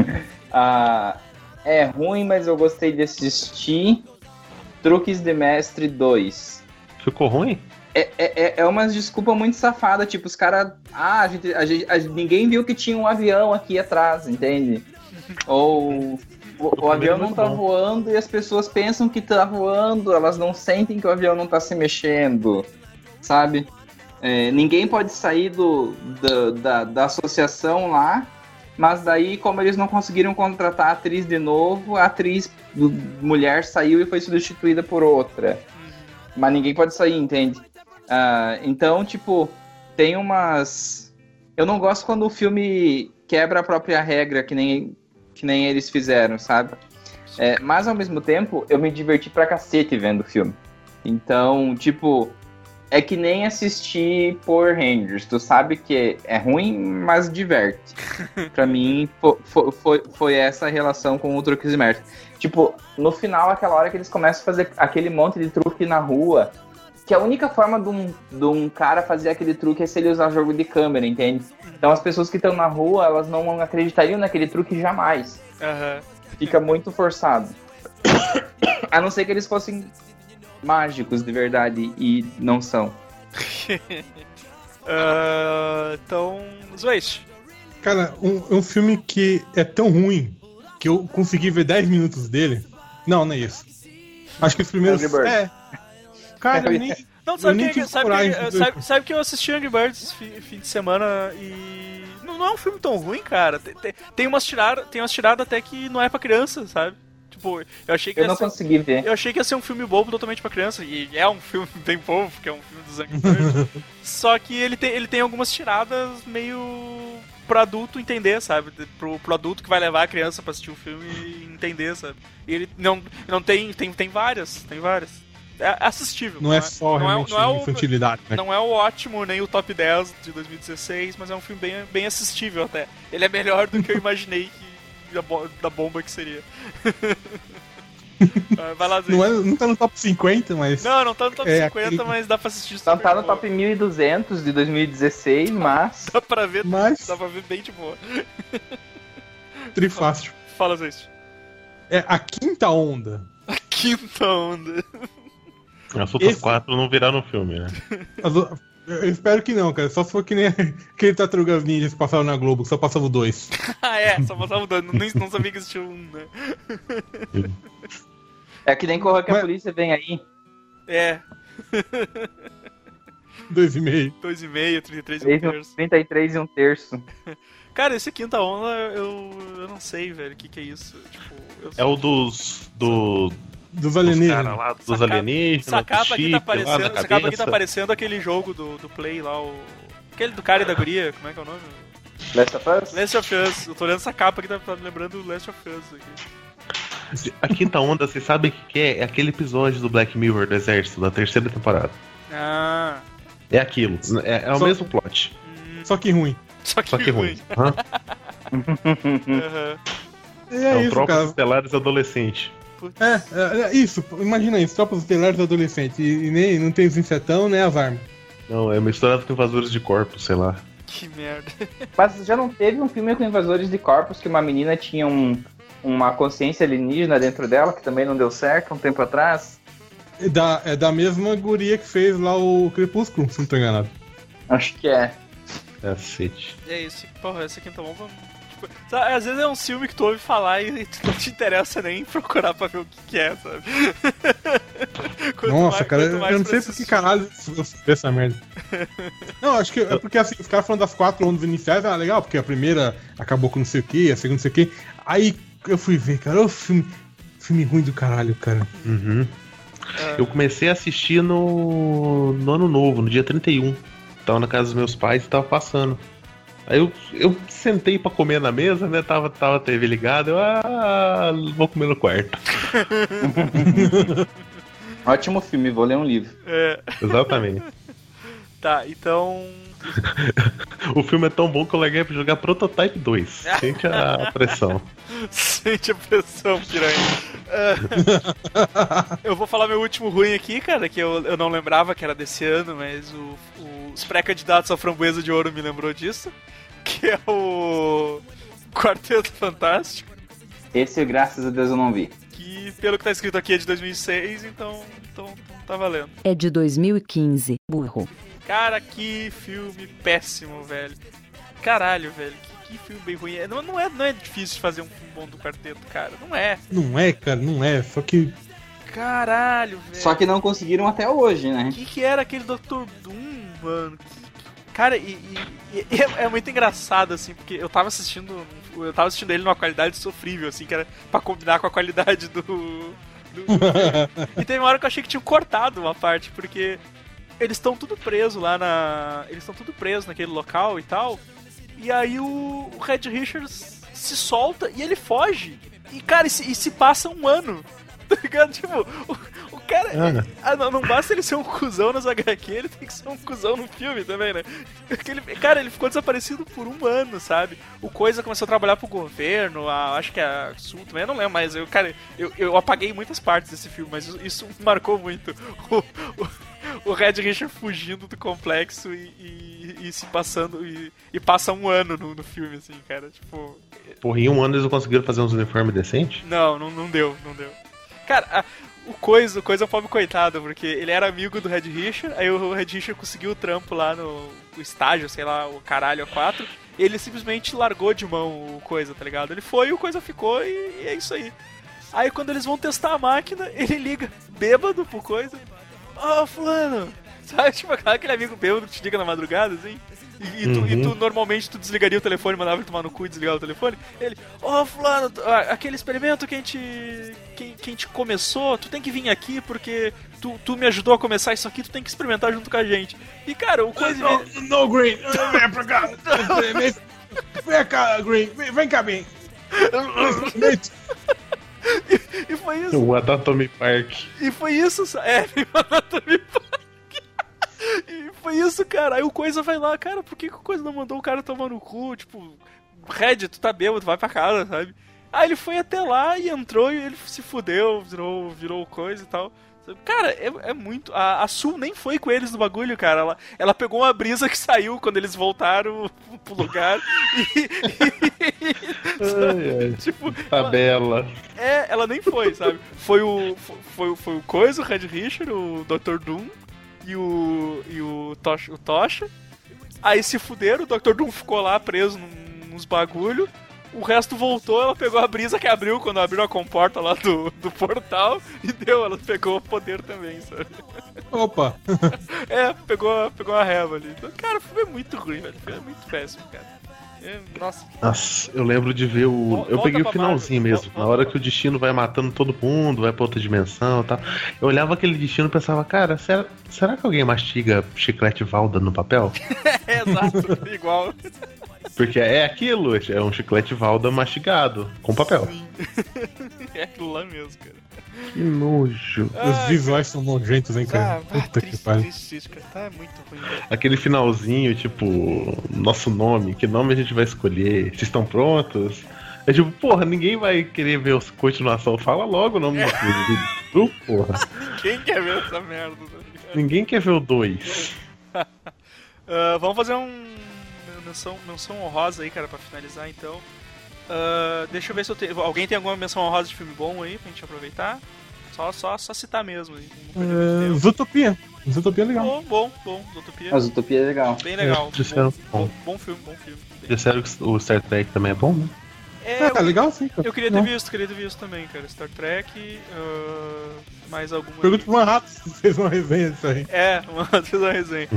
[SPEAKER 4] É ruim, mas eu gostei de assistir. Truques de Mestre 2.
[SPEAKER 3] Ficou ruim?
[SPEAKER 4] É umas desculpas muito safadas, tipo, os caras... ninguém viu que tinha um avião aqui atrás, entende? Ou o avião não tá voando e as pessoas pensam que tá voando, elas não sentem que o avião não tá se mexendo, sabe? Ninguém pode sair da associação lá, mas daí, como eles não conseguiram contratar a atriz de novo, a atriz mulher saiu e foi substituída por outra. Mas ninguém pode sair, entende? Então, tipo, tem umas... Eu não gosto quando o filme quebra a própria regra, que nem eles fizeram, sabe? Mas, ao mesmo tempo, eu me diverti pra cacete vendo o filme. Então, tipo, é que nem assistir Power Rangers. Tu sabe que é ruim, mas diverte. Pra mim, foi essa a relação com o Truques de Mestre. Tipo, no final, aquela hora que eles começam a fazer aquele monte de truque na rua, que a única forma de um cara fazer aquele truque é se ele usar jogo de câmera, entende? Então as pessoas que estão na rua, elas não acreditariam naquele truque jamais.
[SPEAKER 2] Aham.
[SPEAKER 4] Fica muito forçado. A não ser que eles fossem mágicos de verdade, e não são.
[SPEAKER 2] Então, Zweiss.
[SPEAKER 5] Cara, um filme que é tão ruim que eu consegui ver 10 minutos dele. Não é isso. Acho que os primeiros... Cara, eu nem...
[SPEAKER 2] Não, sabe que eu assisti Angry Birds fim de semana e... Não é um filme tão ruim, cara. Tem umas tiradas até que não é pra criança, sabe? Tipo, eu achei que
[SPEAKER 4] eu não consegui ver.
[SPEAKER 2] Eu achei que ia ser um filme bobo totalmente pra criança. E é um filme bem bobo, porque é um filme dos Angry Birds. Só que ele tem algumas tiradas meio... pro adulto entender, sabe? Pro adulto que vai levar a criança pra assistir o filme e entender, sabe? E ele não tem várias. É assistível.
[SPEAKER 5] Não é só realmente infantilidade, né?
[SPEAKER 2] Não é o ótimo, nem o top 10 de 2016, mas é um filme bem assistível até. Ele é melhor do que eu imaginei da bomba que seria. Vai lá, Zé.
[SPEAKER 5] Não tá no top 50, mas...
[SPEAKER 2] Não tá no top 50, mas dá pra assistir.
[SPEAKER 4] Não tá no top 1200 de 2016, mas...
[SPEAKER 2] Dá pra ver bem de boa.
[SPEAKER 5] Trifácil.
[SPEAKER 2] Fala, Zé.
[SPEAKER 5] É a quinta onda.
[SPEAKER 2] A quinta onda.
[SPEAKER 3] As outras 4 não viraram filme, né?
[SPEAKER 5] Eu espero que não, cara. Só se for que nem aquele Tartarugas Ninjas que passaram na Globo, que só passava o 2.
[SPEAKER 2] Só passava o 2. Não sabia que existia um, né?
[SPEAKER 4] É que nem Corra que a Polícia Vem Aí.
[SPEAKER 5] 2,5.
[SPEAKER 2] 2,5, 33 e 1/3.
[SPEAKER 4] 33 e 1/3.
[SPEAKER 2] Cara, esse quinta onda, eu não sei, velho, o que é isso. Tipo,
[SPEAKER 3] é o dos
[SPEAKER 5] alienígenas.
[SPEAKER 3] Dos alienígenas.
[SPEAKER 2] Essa capa aqui tá aparecendo aquele jogo do Play lá, aquele do cara e da guria, como é que é o nome?
[SPEAKER 4] Last of Us?
[SPEAKER 2] Last of Us. Eu tô olhando essa capa aqui, tá me lembrando do Last of Us aqui.
[SPEAKER 3] A quinta onda, vocês sabem o que é? É aquele episódio do Black Mirror do Exército, da 3ª temporada. É aquilo. É o mesmo plot.
[SPEAKER 5] Só que ruim.
[SPEAKER 2] Só que ruim.
[SPEAKER 5] É isso,
[SPEAKER 3] Tropas
[SPEAKER 5] cara.
[SPEAKER 3] Estelares adolescente.
[SPEAKER 5] Isso. Imagina isso, Tropas Estelares adolescente. E nem não tem os insetão, nem as armas.
[SPEAKER 3] Não, é misturado com invasores de corpos, sei lá.
[SPEAKER 2] Que merda.
[SPEAKER 4] Mas já não teve um filme com invasores de corpos que uma menina tinha uma consciência alienígena dentro dela, que também não deu certo um tempo atrás?
[SPEAKER 5] É da mesma guria que fez lá o Crepúsculo, se não tô enganado.
[SPEAKER 4] Acho que é.
[SPEAKER 3] Cacete.
[SPEAKER 2] É isso, porra, essa quinta onda. Tipo, tipo, sabe, às vezes é um filme que tu ouve falar e tu não te interessa nem procurar pra ver o que é, sabe?
[SPEAKER 5] Nossa, cara, eu não sei por que caralho eu vi essa merda. Não, acho que é porque assim, os caras falando das 4 ondas iniciais era legal, porque a primeira acabou com não sei o que, a segunda não sei o que. Aí eu fui ver, cara, o filme ruim do caralho, cara.
[SPEAKER 3] Uhum. Eu comecei a assistir no ano novo, no dia 31. Tava na casa dos meus pais e tava passando. Aí eu sentei pra comer na mesa, né? Tava a TV ligada, vou comer no quarto.
[SPEAKER 4] Ótimo filme, vou ler um livro.
[SPEAKER 3] Exatamente.
[SPEAKER 2] Tá, então...
[SPEAKER 3] O filme é tão bom que eu larguei pra jogar Prototype 2. Sente a pressão.
[SPEAKER 2] Sente a pressão, piranha. Eu vou falar meu último ruim aqui, cara, que eu não lembrava que era desse ano, mas os pré-candidatos à Framboesa de Ouro me lembrou disso, que é o Quarteto Fantástico.
[SPEAKER 4] Esse, graças a Deus, eu não vi.
[SPEAKER 2] Que, pelo que tá escrito aqui, é de 2006, então tá valendo.
[SPEAKER 7] É de 2015, burro.
[SPEAKER 2] Cara, que filme péssimo, velho. Caralho, velho. Que filme bem ruim. Não é difícil de fazer um filme bom do Quarteto, cara. Não é.
[SPEAKER 5] Não é, cara, não é. Só que...
[SPEAKER 2] Caralho, velho.
[SPEAKER 4] Só que não conseguiram até hoje, né?
[SPEAKER 2] O que era aquele Dr. Doom, mano? Cara, é muito engraçado, assim, porque eu tava assistindo ele numa qualidade sofrível, assim, que era pra combinar com a qualidade do E teve uma hora que eu achei que tinham cortado uma parte, porque eles estão tudo presos lá eles estão tudo presos naquele local e tal. E aí o Red Richards se solta e ele foge. E, cara, se passa um ano. Tá ligado? Tipo, o cara... Não basta ele ser um cuzão nas HQ, ele tem que ser um cuzão no filme também, né? Cara, ele ficou desaparecido por um ano, sabe? O Coisa começou a trabalhar pro governo, acho que a Sul também, eu não lembro, mas eu apaguei muitas partes desse filme, mas isso me marcou muito. O Red Richard fugindo do complexo e se passando, e passa um ano no filme, assim, cara, tipo...
[SPEAKER 3] Porra, em um ano eles não conseguiram fazer uns uniformes decentes?
[SPEAKER 2] Não deu. Cara, o Coisa é um pobre coitado, porque ele era amigo do Red Richard, aí o Red Richard conseguiu o trampo lá no estágio, sei lá, o caralho A4, e ele simplesmente largou de mão o Coisa, tá ligado? Ele foi, o Coisa ficou e é isso aí. Aí quando eles vão testar a máquina, ele liga bêbado pro Coisa. Fulano! Sabe, tipo aquele amigo bêbado que te liga na madrugada, assim? E tu normalmente tu desligaria o telefone, mandava ele tomar no cu e desligava o telefone. Ele, fulano, aquele experimento que a gente começou, tu tem que vir aqui porque tu me ajudou a começar isso aqui, tu tem que experimentar junto com a gente. E cara, o Coisa...
[SPEAKER 5] No, Green, vem pra cá. Vem cá, Green, vem cá, bem.
[SPEAKER 2] E foi isso.
[SPEAKER 3] O Anatomy Park.
[SPEAKER 2] E foi isso, o Anatomy Park. E foi isso, cara. Aí o Coisa vai lá, cara, por que o Coisa não mandou o cara tomar no cu? Tipo, Red, tu tá bêbado, tu vai pra casa, sabe? Aí ele foi até lá e entrou e ele se fudeu, virou Coisa e tal. Cara, é muito... A Sul nem foi com eles no bagulho, cara. Ela pegou uma brisa que saiu quando eles voltaram pro lugar tipo,
[SPEAKER 3] tabela.
[SPEAKER 2] Ela nem foi, sabe? Foi o Coisa, o Red Richard, o Dr. Doom e o Tocha. Aí se fuderam, o Dr. Doom ficou lá preso nos bagulho. O resto voltou, ela pegou a brisa que abriu quando abriu a comporta lá do portal e ela pegou o poder também, sabe?
[SPEAKER 5] Opa!
[SPEAKER 2] Pegou a reva ali. Então, cara, o filme é muito ruim, velho. O filme é muito péssimo, cara.
[SPEAKER 3] Nossa, eu lembro de ver eu peguei o finalzinho mesmo. Na hora que o destino vai matando todo mundo, vai pra outra dimensão e tal. Eu olhava aquele destino e pensava, cara, será que alguém mastiga chiclete Valda no papel?
[SPEAKER 2] Exato, igual.
[SPEAKER 3] Porque é aquilo, é um chiclete Valda mastigado, com papel.
[SPEAKER 2] Sim. É aquilo lá mesmo, cara.
[SPEAKER 3] Que nojo.
[SPEAKER 5] Os visuais são nojentos, hein, cara? Puta que pariu.
[SPEAKER 2] Triste, cara. Tá muito ruim, velho.
[SPEAKER 3] Aquele finalzinho, tipo, nosso nome, que nome a gente vai escolher? Vocês estão prontos? É tipo, porra, ninguém vai querer ver a continuação. Fala logo o nome do filme. Porra.
[SPEAKER 2] Quem quer ver essa merda?
[SPEAKER 3] Ninguém quer ver o 2.
[SPEAKER 2] Vamos fazer menção honrosa aí, cara, pra finalizar, então. Deixa eu ver se eu tenho... Alguém tem alguma menção honrosa de filme bom aí pra gente aproveitar? Só citar mesmo.
[SPEAKER 5] Zootopia. Zootopia é legal.
[SPEAKER 2] Bom, Zootopia.
[SPEAKER 4] A Zootopia é legal.
[SPEAKER 2] Bem legal.
[SPEAKER 3] disseram
[SPEAKER 2] Bom filme.
[SPEAKER 3] Disseram que o Star Trek também é bom, né?
[SPEAKER 5] É legal sim, cara.
[SPEAKER 2] Eu queria ter visto também, cara. Star Trek, mais alguma.
[SPEAKER 5] Pergunta pro Manhattan se fez uma resenha disso aí.
[SPEAKER 2] Fez uma resenha.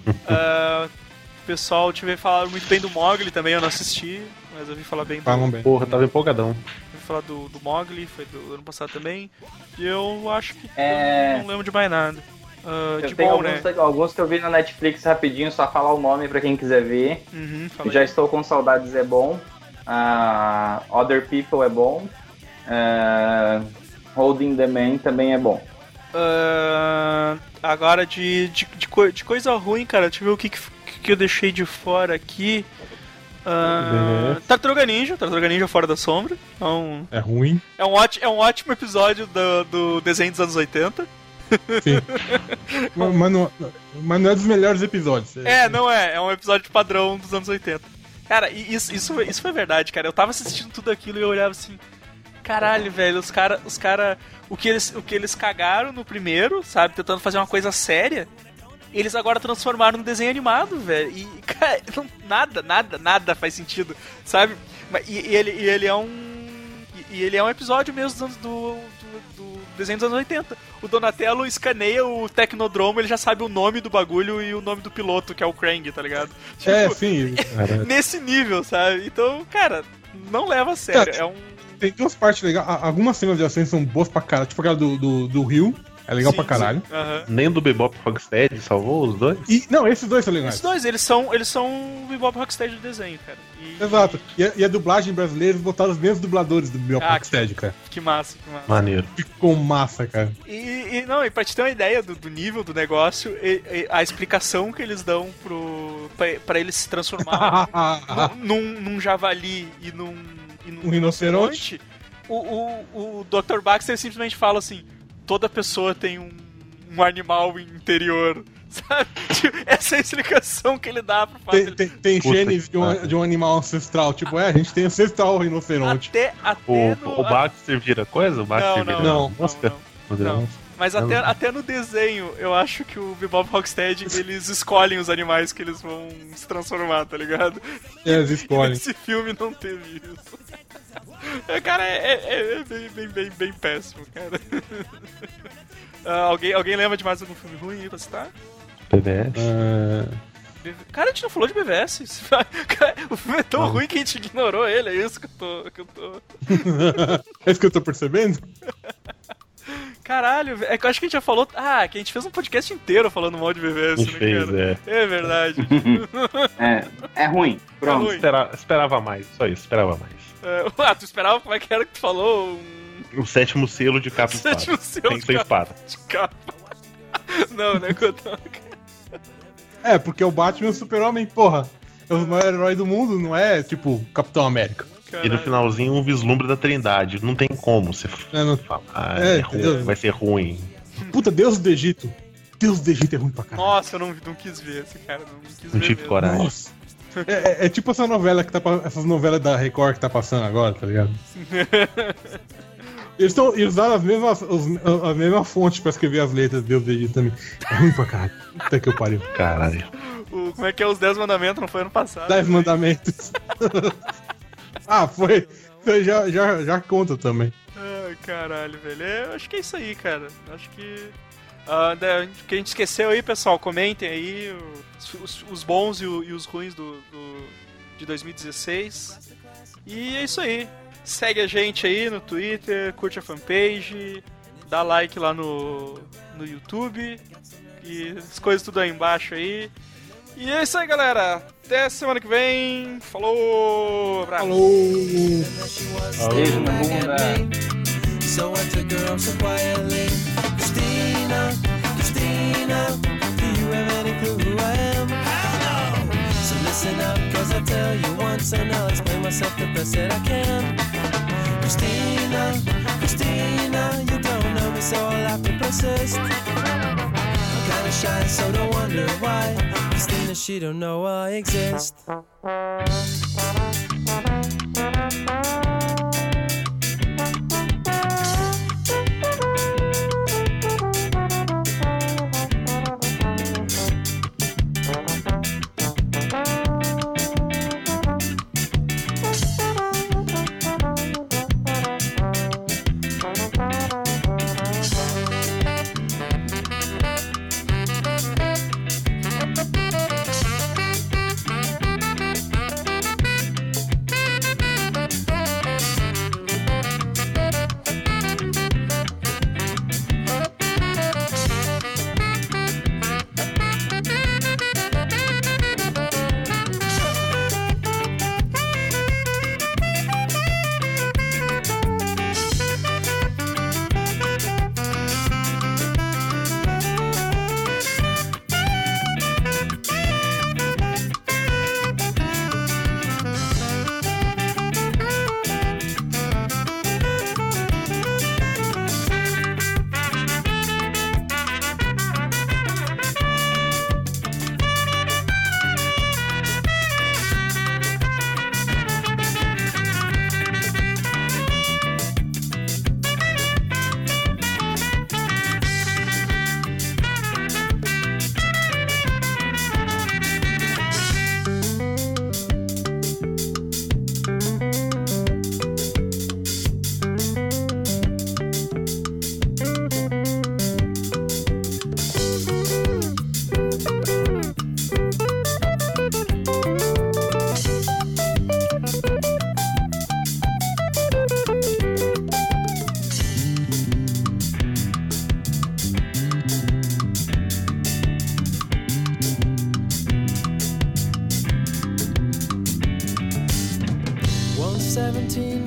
[SPEAKER 2] O pessoal falaram muito bem do Mowgli também, eu não assisti, mas eu vi falar bem
[SPEAKER 5] Falam bem.
[SPEAKER 3] Porra, tava empolgadão.
[SPEAKER 2] Vi falar do Mowgli, foi do ano passado também. E eu acho que eu não lembro de mais nada.
[SPEAKER 4] Eu tenho alguns que eu vi na Netflix rapidinho, só falar o nome pra quem quiser ver. Já estou com saudades, é bom. Other People é bom. Holding the Man também é bom.
[SPEAKER 2] Agora de coisa ruim, cara, deixa eu ver o que eu deixei de fora aqui. Tartaruga Ninja Fora da Sombra.
[SPEAKER 5] É ruim.
[SPEAKER 2] É um ótimo episódio do desenho dos anos 80.
[SPEAKER 5] Sim. mas não é dos melhores episódios.
[SPEAKER 2] Não é. É um episódio padrão dos anos 80. Cara, isso foi verdade, cara. Eu tava assistindo tudo aquilo e eu olhava assim... Caralho, velho, os cara, o que eles cagaram no primeiro, sabe? Tentando fazer uma coisa séria... Eles agora transformaram no desenho animado, velho. E, cara, nada faz sentido, sabe? E ele é um episódio mesmo do desenho dos anos 80. O Donatello escaneia o Tecnodromo, ele já sabe o nome do bagulho e o nome do piloto, que é o Krang, tá ligado? Tipo,
[SPEAKER 5] sim.
[SPEAKER 2] Nesse nível, sabe? Então, cara, não leva a sério.
[SPEAKER 5] Cara, tem duas partes legais. Algumas cenas de ação são boas pra caralho. Tipo aquela do Rio. É legal pra caralho.
[SPEAKER 3] Nem do Bebop Rocksteady salvou os dois?
[SPEAKER 5] Não, esses dois são legais.
[SPEAKER 2] Esses dois, eles são o Bebop Rocksteady do desenho, cara.
[SPEAKER 5] Exato. E a dublagem brasileira, eles botaram os mesmos dubladores do Bebop Rocksteady, cara.
[SPEAKER 2] Que massa.
[SPEAKER 3] Maneiro.
[SPEAKER 5] Ficou massa, cara.
[SPEAKER 2] E pra te ter uma ideia do nível do negócio, a explicação que eles dão pra ele se transformar num javali e num
[SPEAKER 5] rinoceronte.
[SPEAKER 2] O Dr. Baxter simplesmente fala assim: toda pessoa tem um animal interior, sabe? Essa é a explicação que ele dá pro fato.
[SPEAKER 5] Tem genes de um animal ancestral. Tipo, a gente tem ancestral rinoceronte.
[SPEAKER 3] O Baxter vira coisa? O Baxter vira mosca?
[SPEAKER 2] Não. Mas até no desenho, eu acho que o Bebop Rocksteady, eles escolhem os animais que eles vão se transformar, tá ligado?
[SPEAKER 5] Eles escolhem.
[SPEAKER 2] Esse filme não teve isso. Cara, é bem péssimo, cara. Alguém lembra de mais algum filme ruim aí pra citar?
[SPEAKER 3] BVS?
[SPEAKER 2] Cara, a gente não falou de BVS. O filme é tão ruim que a gente ignorou ele, é isso que eu tô...
[SPEAKER 5] É isso que eu tô percebendo?
[SPEAKER 2] Caralho, é que eu acho que a gente já falou... que a gente fez um podcast inteiro falando mal de BVS, né, cara? É verdade.
[SPEAKER 4] É ruim. Pronto.
[SPEAKER 3] Esperava mais, só isso, esperava mais.
[SPEAKER 2] Tu esperava? Como é que era que tu falou?
[SPEAKER 3] O sétimo selo de capa e espada. Tem que ser espada.
[SPEAKER 2] De capa. Não, né,
[SPEAKER 5] porque o Batman e o Super-Homem, porra, é o maior herói do mundo, não é tipo Capitão América.
[SPEAKER 3] Caralho. E no finalzinho um vislumbre da Trindade. Não tem como você falar. Ruim, vai ser ruim.
[SPEAKER 5] Puta, Deus do Egito. Deus do Egito é ruim pra caralho.
[SPEAKER 2] Nossa, eu não quis ver esse cara.
[SPEAKER 3] Não tive coragem.
[SPEAKER 5] Nossa. É tipo essa novela que essas novelas da Record que tá passando agora, tá ligado? Eles usaram as mesmas fontes pra escrever as letras de Deus do Egito também. É ruim pra caralho. Até que eu pariu.
[SPEAKER 3] Caralho.
[SPEAKER 2] Como é que é os 10 mandamentos? Não foi ano passado?
[SPEAKER 5] 10 mandamentos. Foi. Já conta também.
[SPEAKER 2] Ai, caralho, velho. Eu acho que é isso aí, cara. Acho que... O que a gente esqueceu aí, pessoal, comentem aí os bons e os ruins de 2016. E é isso aí. Segue a gente aí no Twitter, curte a fanpage, dá like lá no YouTube. E as coisas tudo aí embaixo aí. E é isso aí, galera. Até semana que vem. Falou! Abraço!
[SPEAKER 5] Falou!
[SPEAKER 4] Beijo na bunda.
[SPEAKER 6] So I took her home so quietly. Christina, do you have any clue who I am? Hell no! So listen up, cause I tell you once and I'll explain myself the best that I can. Christina, you don't know me, so I'll have to persist. I'm kinda shy, so don't wonder why. Christina, she don't know I exist.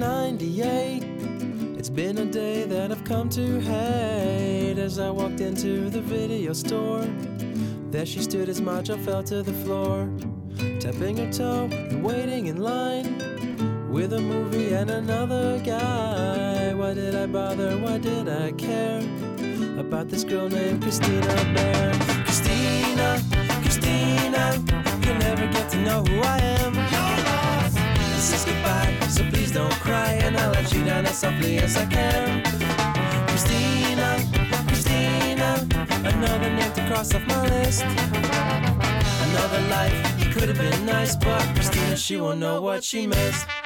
[SPEAKER 6] 98. It's been a day that I've come to hate. As I walked into the video store, there she stood as my jaw fell to the floor, tapping her toe and waiting in line with a movie and another guy. Why did I bother? Why did I care about this girl named Christina Bear? Christina, Christina, you'll never get to know who I am. This is goodbye, so please don't cry, and I'll let you down as softly as I can. Christina, Christina, another name to cross off my list. Another life, it could have been nice, but Christina, she won't know what she missed.